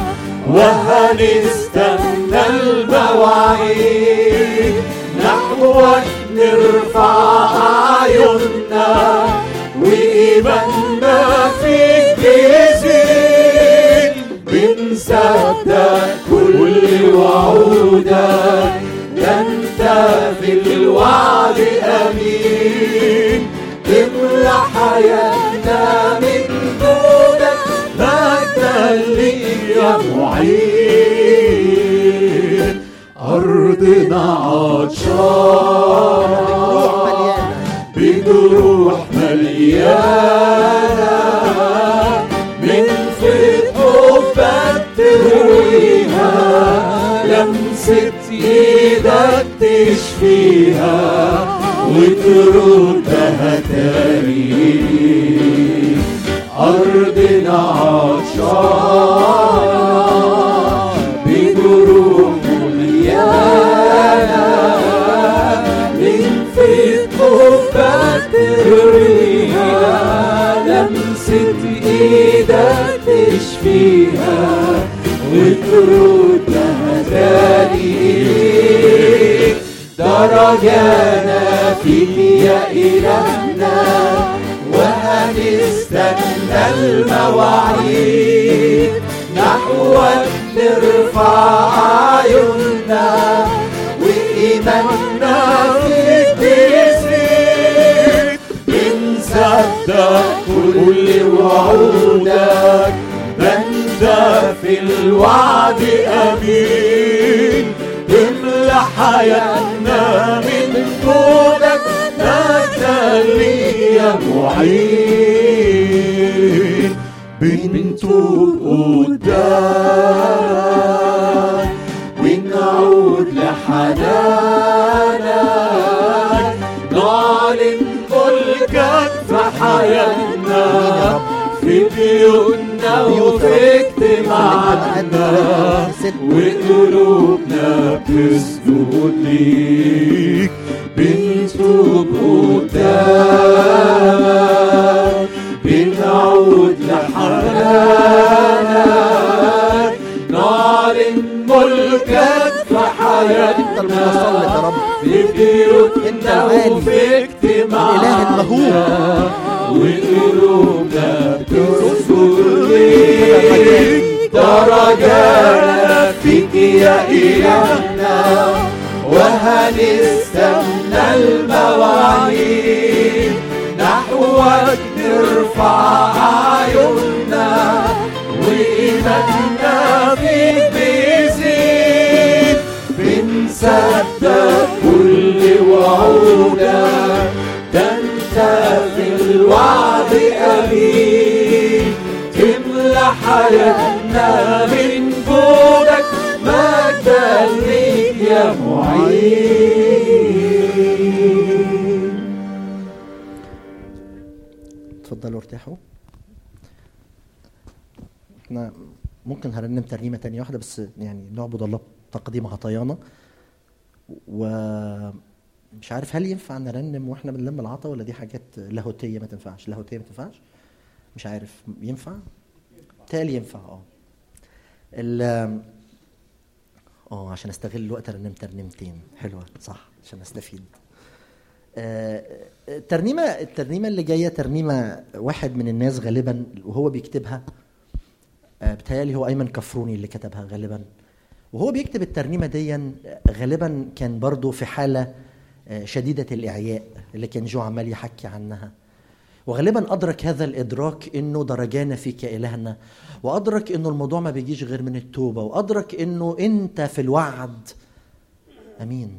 وهنستنى المواعيد نحوك نرفع أعيننا وإيماننا فيك بيزيد بنصدق كل وعودك ده انت في الوعد أمين تملى حياتنا من جودك مجدا ليك يا معين أرضنا عطشانة بجروح مليانة من فضل حبك ترويها لمسة إيدك تشفيها وتردها تاني أرضنا عطشانة بجروح مليانة من فضل حبك ترويها لمسة إيدك تشفيها وتردها تاني درجانا فيك يا إلهنا وهنستنى المواعيد نحوك نرفع أعيننا وإيماننا فيك بيزيد بنصدق كل وعودك أنت في الوعد أمين تملى حياتنا من جودك نتلي يا معين بنتوب قدامك ونعود لحنانك نعلن ملكك في حياتنا في بيوتنا وفي اجتماعاتنا وقلوبنا بتسجد ليك بنتوب قدامك بنعود لحنانك نعلن ملكك في حياتنا في بيوتنا وفي اجتماعاتنا وقلوبنا بتسجد ليك درجانا فيك يا إلهنا وهنستنى المواعيد نحوك نرفع أعيننا وإيماننا فيك بيزيد بنصدق كل وعودك ده انت في الوعد أمين تملى حياتنا من جودك مجدا ليك يا معين. اتفضلوا ارتاحوا. احنا ممكن هنرنم ترنيمة تانية واحدة بس يعني نعبد الله تقديم عطايانا ومش عارف هل ينفع نرنم واحنا بنلم العطا ولا دي حاجات لاهوتية ما تنفعش. لاهوتية ما تنفعش مش عارف ينفع تالي ينفع عشان استغل الوقت ارنم ترنيمتين حلوة صح عشان استفيد. الترنيمة اللي جاية ترنيمة واحد من الناس غالبا وهو بيكتبها بتهيالي هو أيمن كفروني اللي كتبها غالبا وهو بيكتب الترنيمة دي غالبا كان برضو في حالة شديدة الإعياء اللي كان جو عمال يحكي عنها. وغالبا أدرك هذا الإدراك إنه درجانا فيك إلهنا، وأدرك إنه الموضوع ما بيجيش غير من التوبة، وأدرك إنه أنت في الوعد أمين.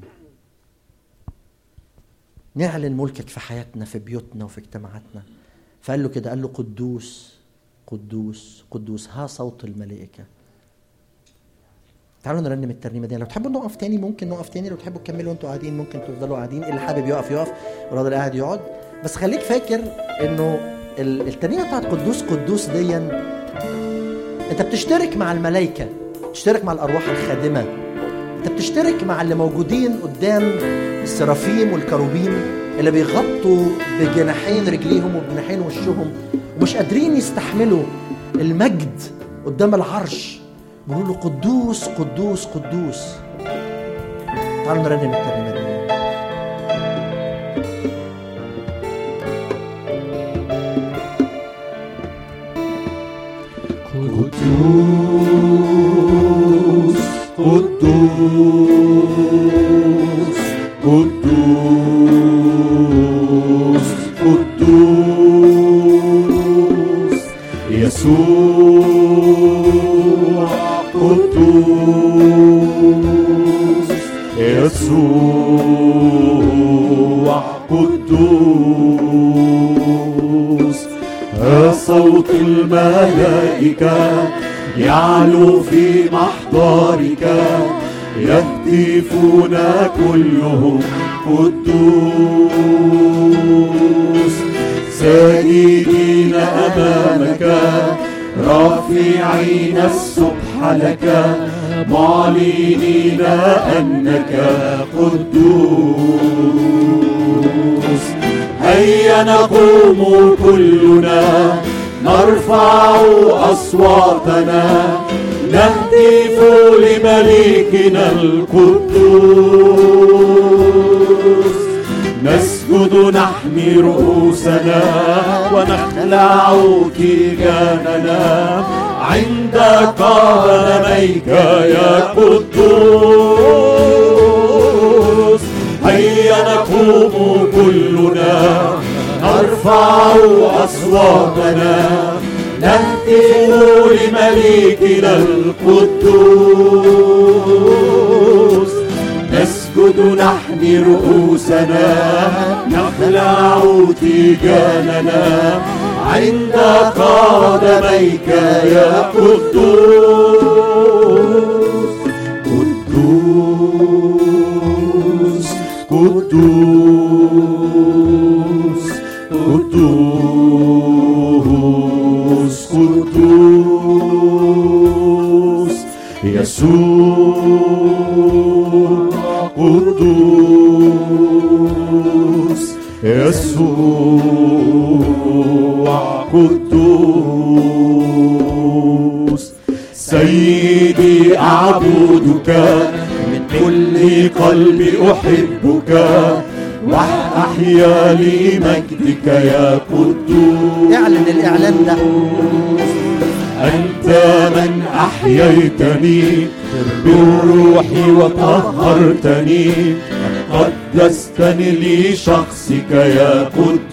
نعلن ملكك في حياتنا، في بيوتنا وفي اجتماعاتنا. فقال له كده، قال له قدوس قدوس قدوس، ها صوت الملائكة. تعالوا نرنم الترنيمة دي. لو تحبوا نقف تاني ممكن نقف تاني، لو تحبوا تكملوا وانتوا قاعدين ممكن تفضلوا قاعدين، اللي حابب يقف يقف والراجل قاعد يقعد. بس خليك فاكر انه الترنيمة بتاعت قدوس قدوس دي انت بتشترك مع الملائكة، بتشترك مع الأرواح الخادمة، انت بتشترك مع اللي موجودين قدام السرافيم والكروبيم اللي بيغطوا بجناحين رجليهم وبجناحين وشهم ومش قادرين يستحملوا المجد قدام العرش، بيقولوا له قدوس قدوس قدوس. تعالوا نرنم الترنيمة دي. قدوس قدوس قدوس قدوس يسوع، قدوس يسوع قدوس. صوت الملائكة يعلو في محضرك، يهتفون كلهم قدوس. ساجدين أمامك رافعين السبح لك، معلنين أنك قدوس. هيا نقوم كلنا نرفع أصواتنا، نهتف لملكنا القدوس. نسجد نحمي رؤوسنا ونخلع تيجاننا عند قدميك يا قدوس. هيا نقوم كلنا نرفع أصواتنا، نهتف لملكنا القدوس. نسجد نحمي رؤوسنا، نخلع تيجاننا عند قدميك يا قدوس. قدوس قدوس قدوس قدوس يسوع، قدوس يسوع قدوس. سيدي أعبدك من كل قلبي، أحبك وأحيا لمجدك يا قدوس. اعلن الإعلان ده. أنت من أحييتني بالروح وطهرتني، قدستني لشخصك يا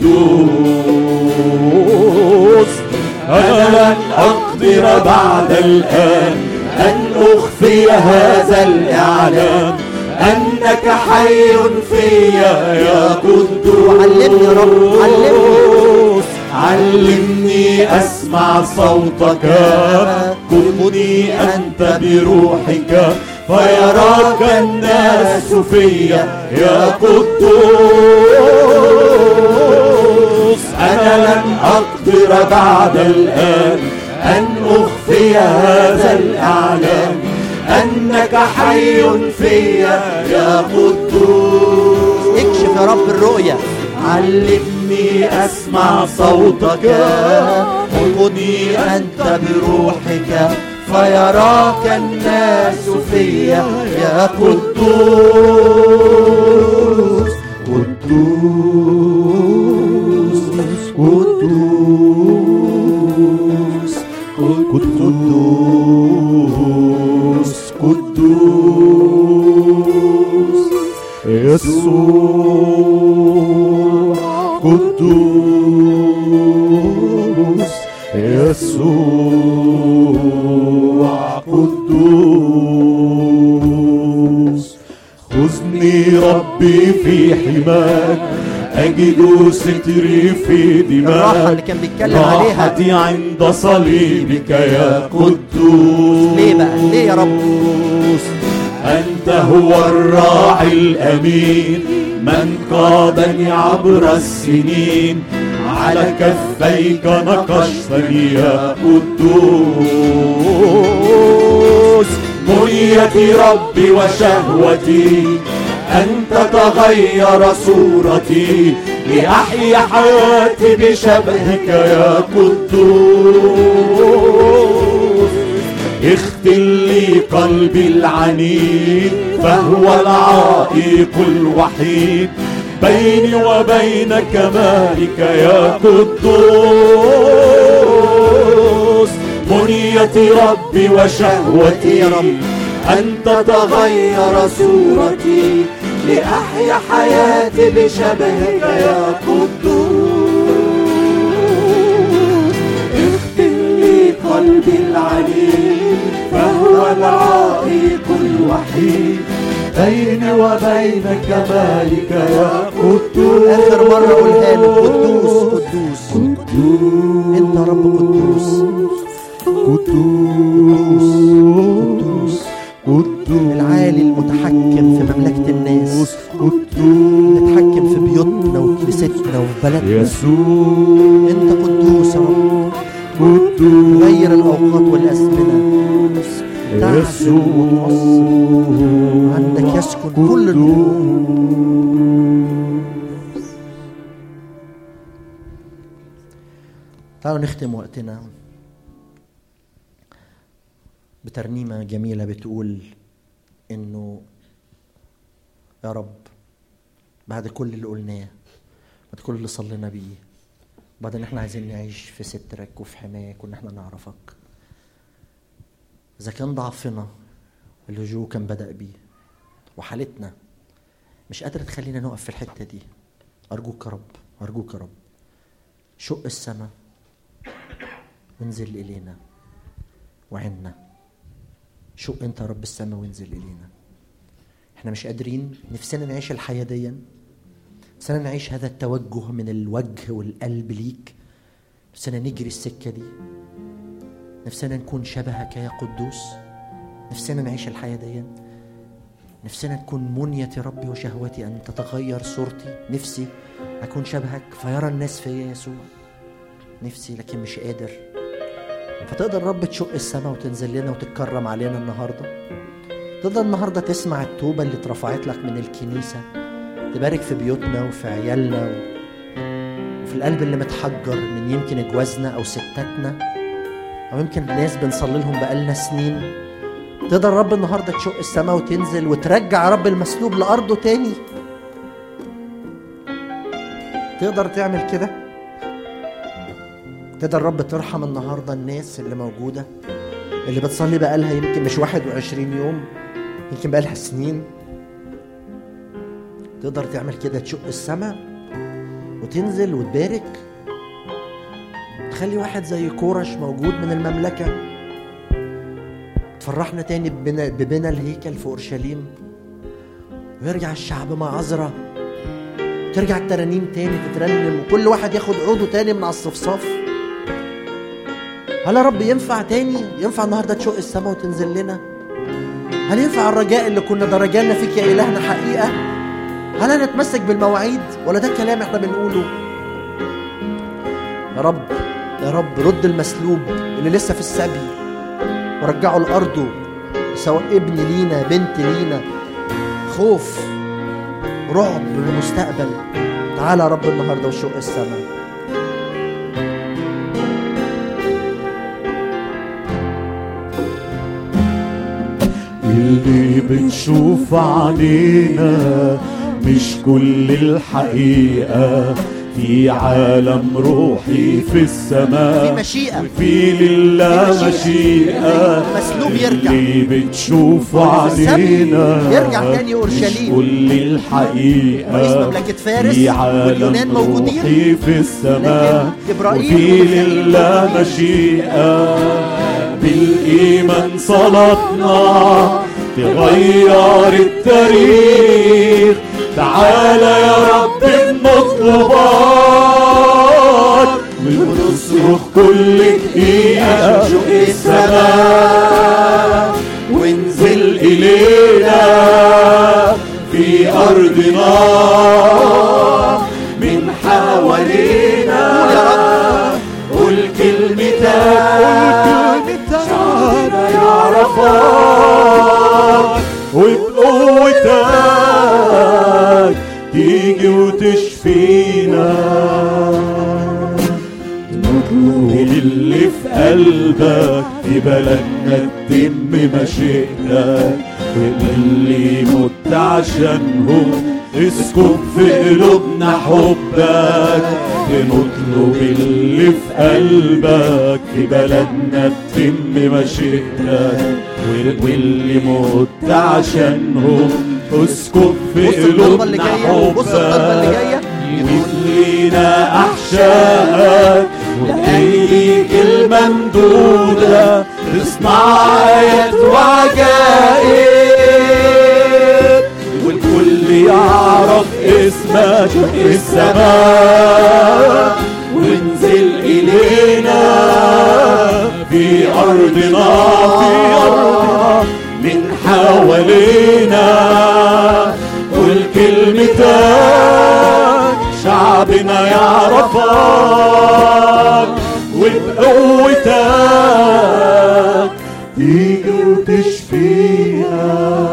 قدوس. أنا لن أقدر بعد الآن أن أخفي هذا الإعلان، أنك حي فيا يا قدوس. علمني يا رب، علمني علمني أسمع صوتك، قدني أنت بروحك فيراك الناس فيا يا قدوس. أنا لن أقدر بعد الآن أن أخفي هذا الإعلان، أنك حي فيا يا قدوس. اكشف يا رب الرؤية. علمني أسمع صوتك، قدني أنت بروحك فيراك الناس فيا يا قدوس. قدوس قدوس قدوس قدوس يسوع، قدوس يسوع قدوس. خذني ربي في حماك أجد ستري في دماءك. الراحة اللي كان بيتكلم عليها راحتي عند صليبك يا قدوس. ليه بقى؟ ليه يا رب؟ أنت هو الراعي الأمين من قادني عبر السنين، على كفيك نقشتني يا قدوس. منيتي ربي وشهوتي أن تتغير صورتي، لأحيا حياتي بشبهك يا قدوس. اختل لي قلبي العنيد فهو العائق الوحيد بيني وبين كمالك يا قدوس. منيتي ربي وشهوتي يا رب أن تتغير صورتي، لأحيا حياتي بشبهك يا قدوس. اختم لي قلبي العنيد فهو العائق الوحيد بيني وبين كمالك يا قدوس. آخر مرة قولها له، قدوس قدوس قدوس. أنت رب قدوس قدوس قدوس، العالي المتحكم في مملكة الناس، المتحكم في بيوتنا وكنيستنا وبلدنا. يسوع أنت قدوس يا رب، غير الأوقات والأزمنة، تعزل وتعصر، عندك يسكن كل النور. تعالوا نختم وقتنا بترنيمة جميلة بتقول إنه يا رب بعد كل اللي قلناه، بعد كل اللي صلينا بيه، بعد إن إحنا عايزين نعيش في سترك وفي حماك وإن إحنا نعرفك، إذا كان ضعفنا اللجوء كان بدأ بيه وحالتنا مش قادرة تخلينا نقف في الحتة دي، أرجوك يا رب، أرجوك يا رب شق السماء وانزل إلينا وعنا. شق أنت يا رب السماء وانزل إلينا. إحنا مش قادرين، نفسنا نعيش الحياة دي، نفسنا نعيش هذا التوجه من الوجه والقلب ليك، نفسنا نجري السكة دي، نفسنا نكون شبهك يا قدوس، نفسنا نعيش الحياة دي، نفسنا نكون منيتي ربي وشهوتي أن تتغير صورتي، نفسي أكون شبهك فيرى الناس فيا يسوع، نفسي لكن مش قادر. فتقدر رب تشق السماء وتنزل لنا وتتكرم علينا النهاردة. تقدر النهاردة تسمع التوبة اللي اترفعت لك من الكنيسة، تبارك في بيوتنا وفي عيالنا وفي القلب اللي متحجر من يمكن جوازنا أو ستاتنا أو يمكن ناس بنصلي لهم بقالنا سنين. تقدر رب النهاردة تشق السماء وتنزل وترجع رب المسلوب لأرضه تاني. تقدر تعمل كده. تقدر رب ترحم النهاردة الناس اللي موجودة اللي بتصلي بقالها يمكن مش 21 يوم، يمكن بقالها سنين. تقدر تعمل كده، تشق السماء وتنزل وتبارك، تخلي واحد زي كورش موجود من المملكة تفرحنا تاني ببنى الهيكل في أورشليم، ويرجع الشعب مع عذرا، ترجع الترانيم تاني تترنم، وكل واحد ياخد عوده تاني من على الصفصاف. هل يا رب ينفع تاني؟ ينفع النهارده تشق السماء وتنزل لنا؟ هل ينفع الرجاء اللي كنا درجانا فيك يا إلهنا حقيقة؟ هل هنتمسك بالمواعيد ولا ده كلام احنا بنقوله؟ يا رب يا رب رد المسلوب اللي لسه في السبي ورجعه لأرضه، سواء ابن لينا بنت لينا، خوف رعب للمستقبل. تعالى يا رب النهارده وشق السماء. اللي بنشوف علينا مش كل الحقيقة، في عالم روحي في السماء، في مشيئة، في لله مشيئة. مسلوب يرجع، اللي بتشوفه علينا يرجع تاني أورشليم. كل الحقيقة رئيس مملكة فارس في عالم واليونان موجودين روحي في السماء، جبرائيل وفي لله مشيئة. بالإيمان صلاتنا تغير التاريخ. تعالى يا رب بنطلبك ونصرخ كل دقيقة. شق السماء وانزل إلينا في أرضنا من حوالينا. قل كلمتك شعبنا يعرفك، وبقوتك تيجي وتشفينا. نطلب اللي في قلبك في بلدنا تتم مشيئتك، واللي مت عشانهم اسكب في قلوبنا حبك. نطلب اللي في قلبك في بلدنا تتم مشيئتك، واللي مت عشانهم اسكب في قلوبنا حبك. ويدلينا أحشائك وأيديك الممدودة تصنع آيات وعجائب، والكل يعرف اسمك في السماء. وانزل إلينا في أرضنا من حوالينا. قل كلمتك شعبنا يعرفك، وبقوتك تيجي وتشفينا.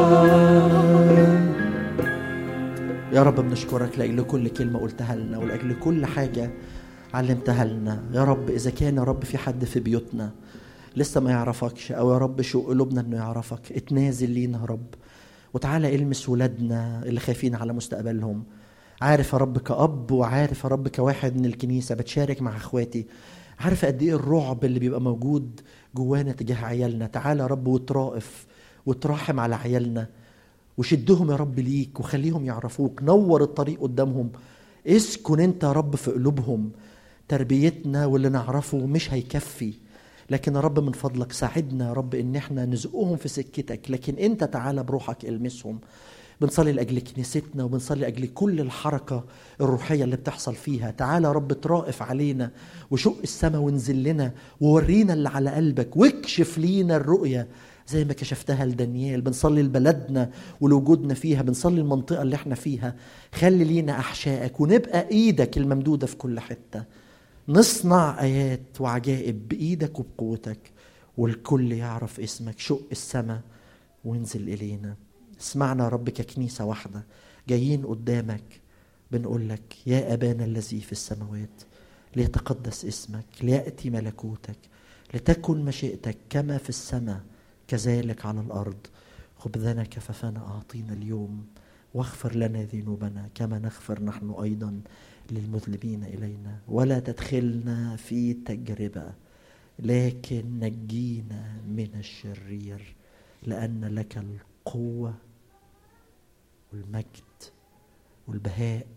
يا رب بنشكرك لأجل كل كلمة قلتها لنا ولأجل كل حاجة علمتها لنا. يا رب إذا كان يا رب في حد في بيوتنا لسه ما يعرفكش، أو يا رب شو قلوبنا إنه يعرفك، اتنازل لينا يا رب، وتعالى المس ولادنا اللي خايفين على مستقبلهم. عارف يا رب كأب، وعارف يا رب كواحد من الكنيسة بتشارك مع اخواتي، عارف قد ايه الرعب اللي بيبقى موجود جوانا تجاه عيالنا. تعالى يا رب وترائف وتراحم على عيالنا، وشدهم يا رب ليك، وخليهم يعرفوك. نور الطريق قدامهم، اسكن انت يا رب في قلوبهم. تربيتنا واللي نعرفه مش هيكفي، لكن يا رب من فضلك ساعدنا يا رب ان احنا نزقهم في سكتك، لكن انت تعالى بروحك المسهم. بنصلي لأجل كنيستنا، وبنصلي لأجل كل الحركة الروحية اللي بتحصل فيها. تعالى يا رب ترائف علينا وشق السماء وانزل لنا وورينا اللي على قلبك، واكشف لينا الرؤية زي ما كشفتها لدانيال. بنصلي لبلدنا ولوجودنا فيها، بنصلي المنطقة اللي احنا فيها. خلي لينا أحشائك ونبقى إيدك الممدودة في كل حتة، نصنع آيات وعجائب بإيدك وبقوتك، والكل يعرف اسمك. شق السماء وانزل إلينا. اسمعنا يا رب ككنيسة واحدة جايين قدامك بنقول لك يا أبانا الذي في السماوات ليتقدس اسمك، ليأتي ملكوتك، لتكن مشيئتك كما في السماء كذلك على الأرض. خبزنا كفافنا أعطينا اليوم، واغفر لنا ذنوبنا كما نغفر نحن أيضا للمذنبين إلينا، ولا تدخلنا في تجربة لكن نجينا من الشرير، لأن لك القوة والمجد والبهاء،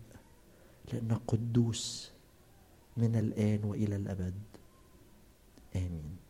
لأنك قدوس من الآن وإلى الأبد. آمين.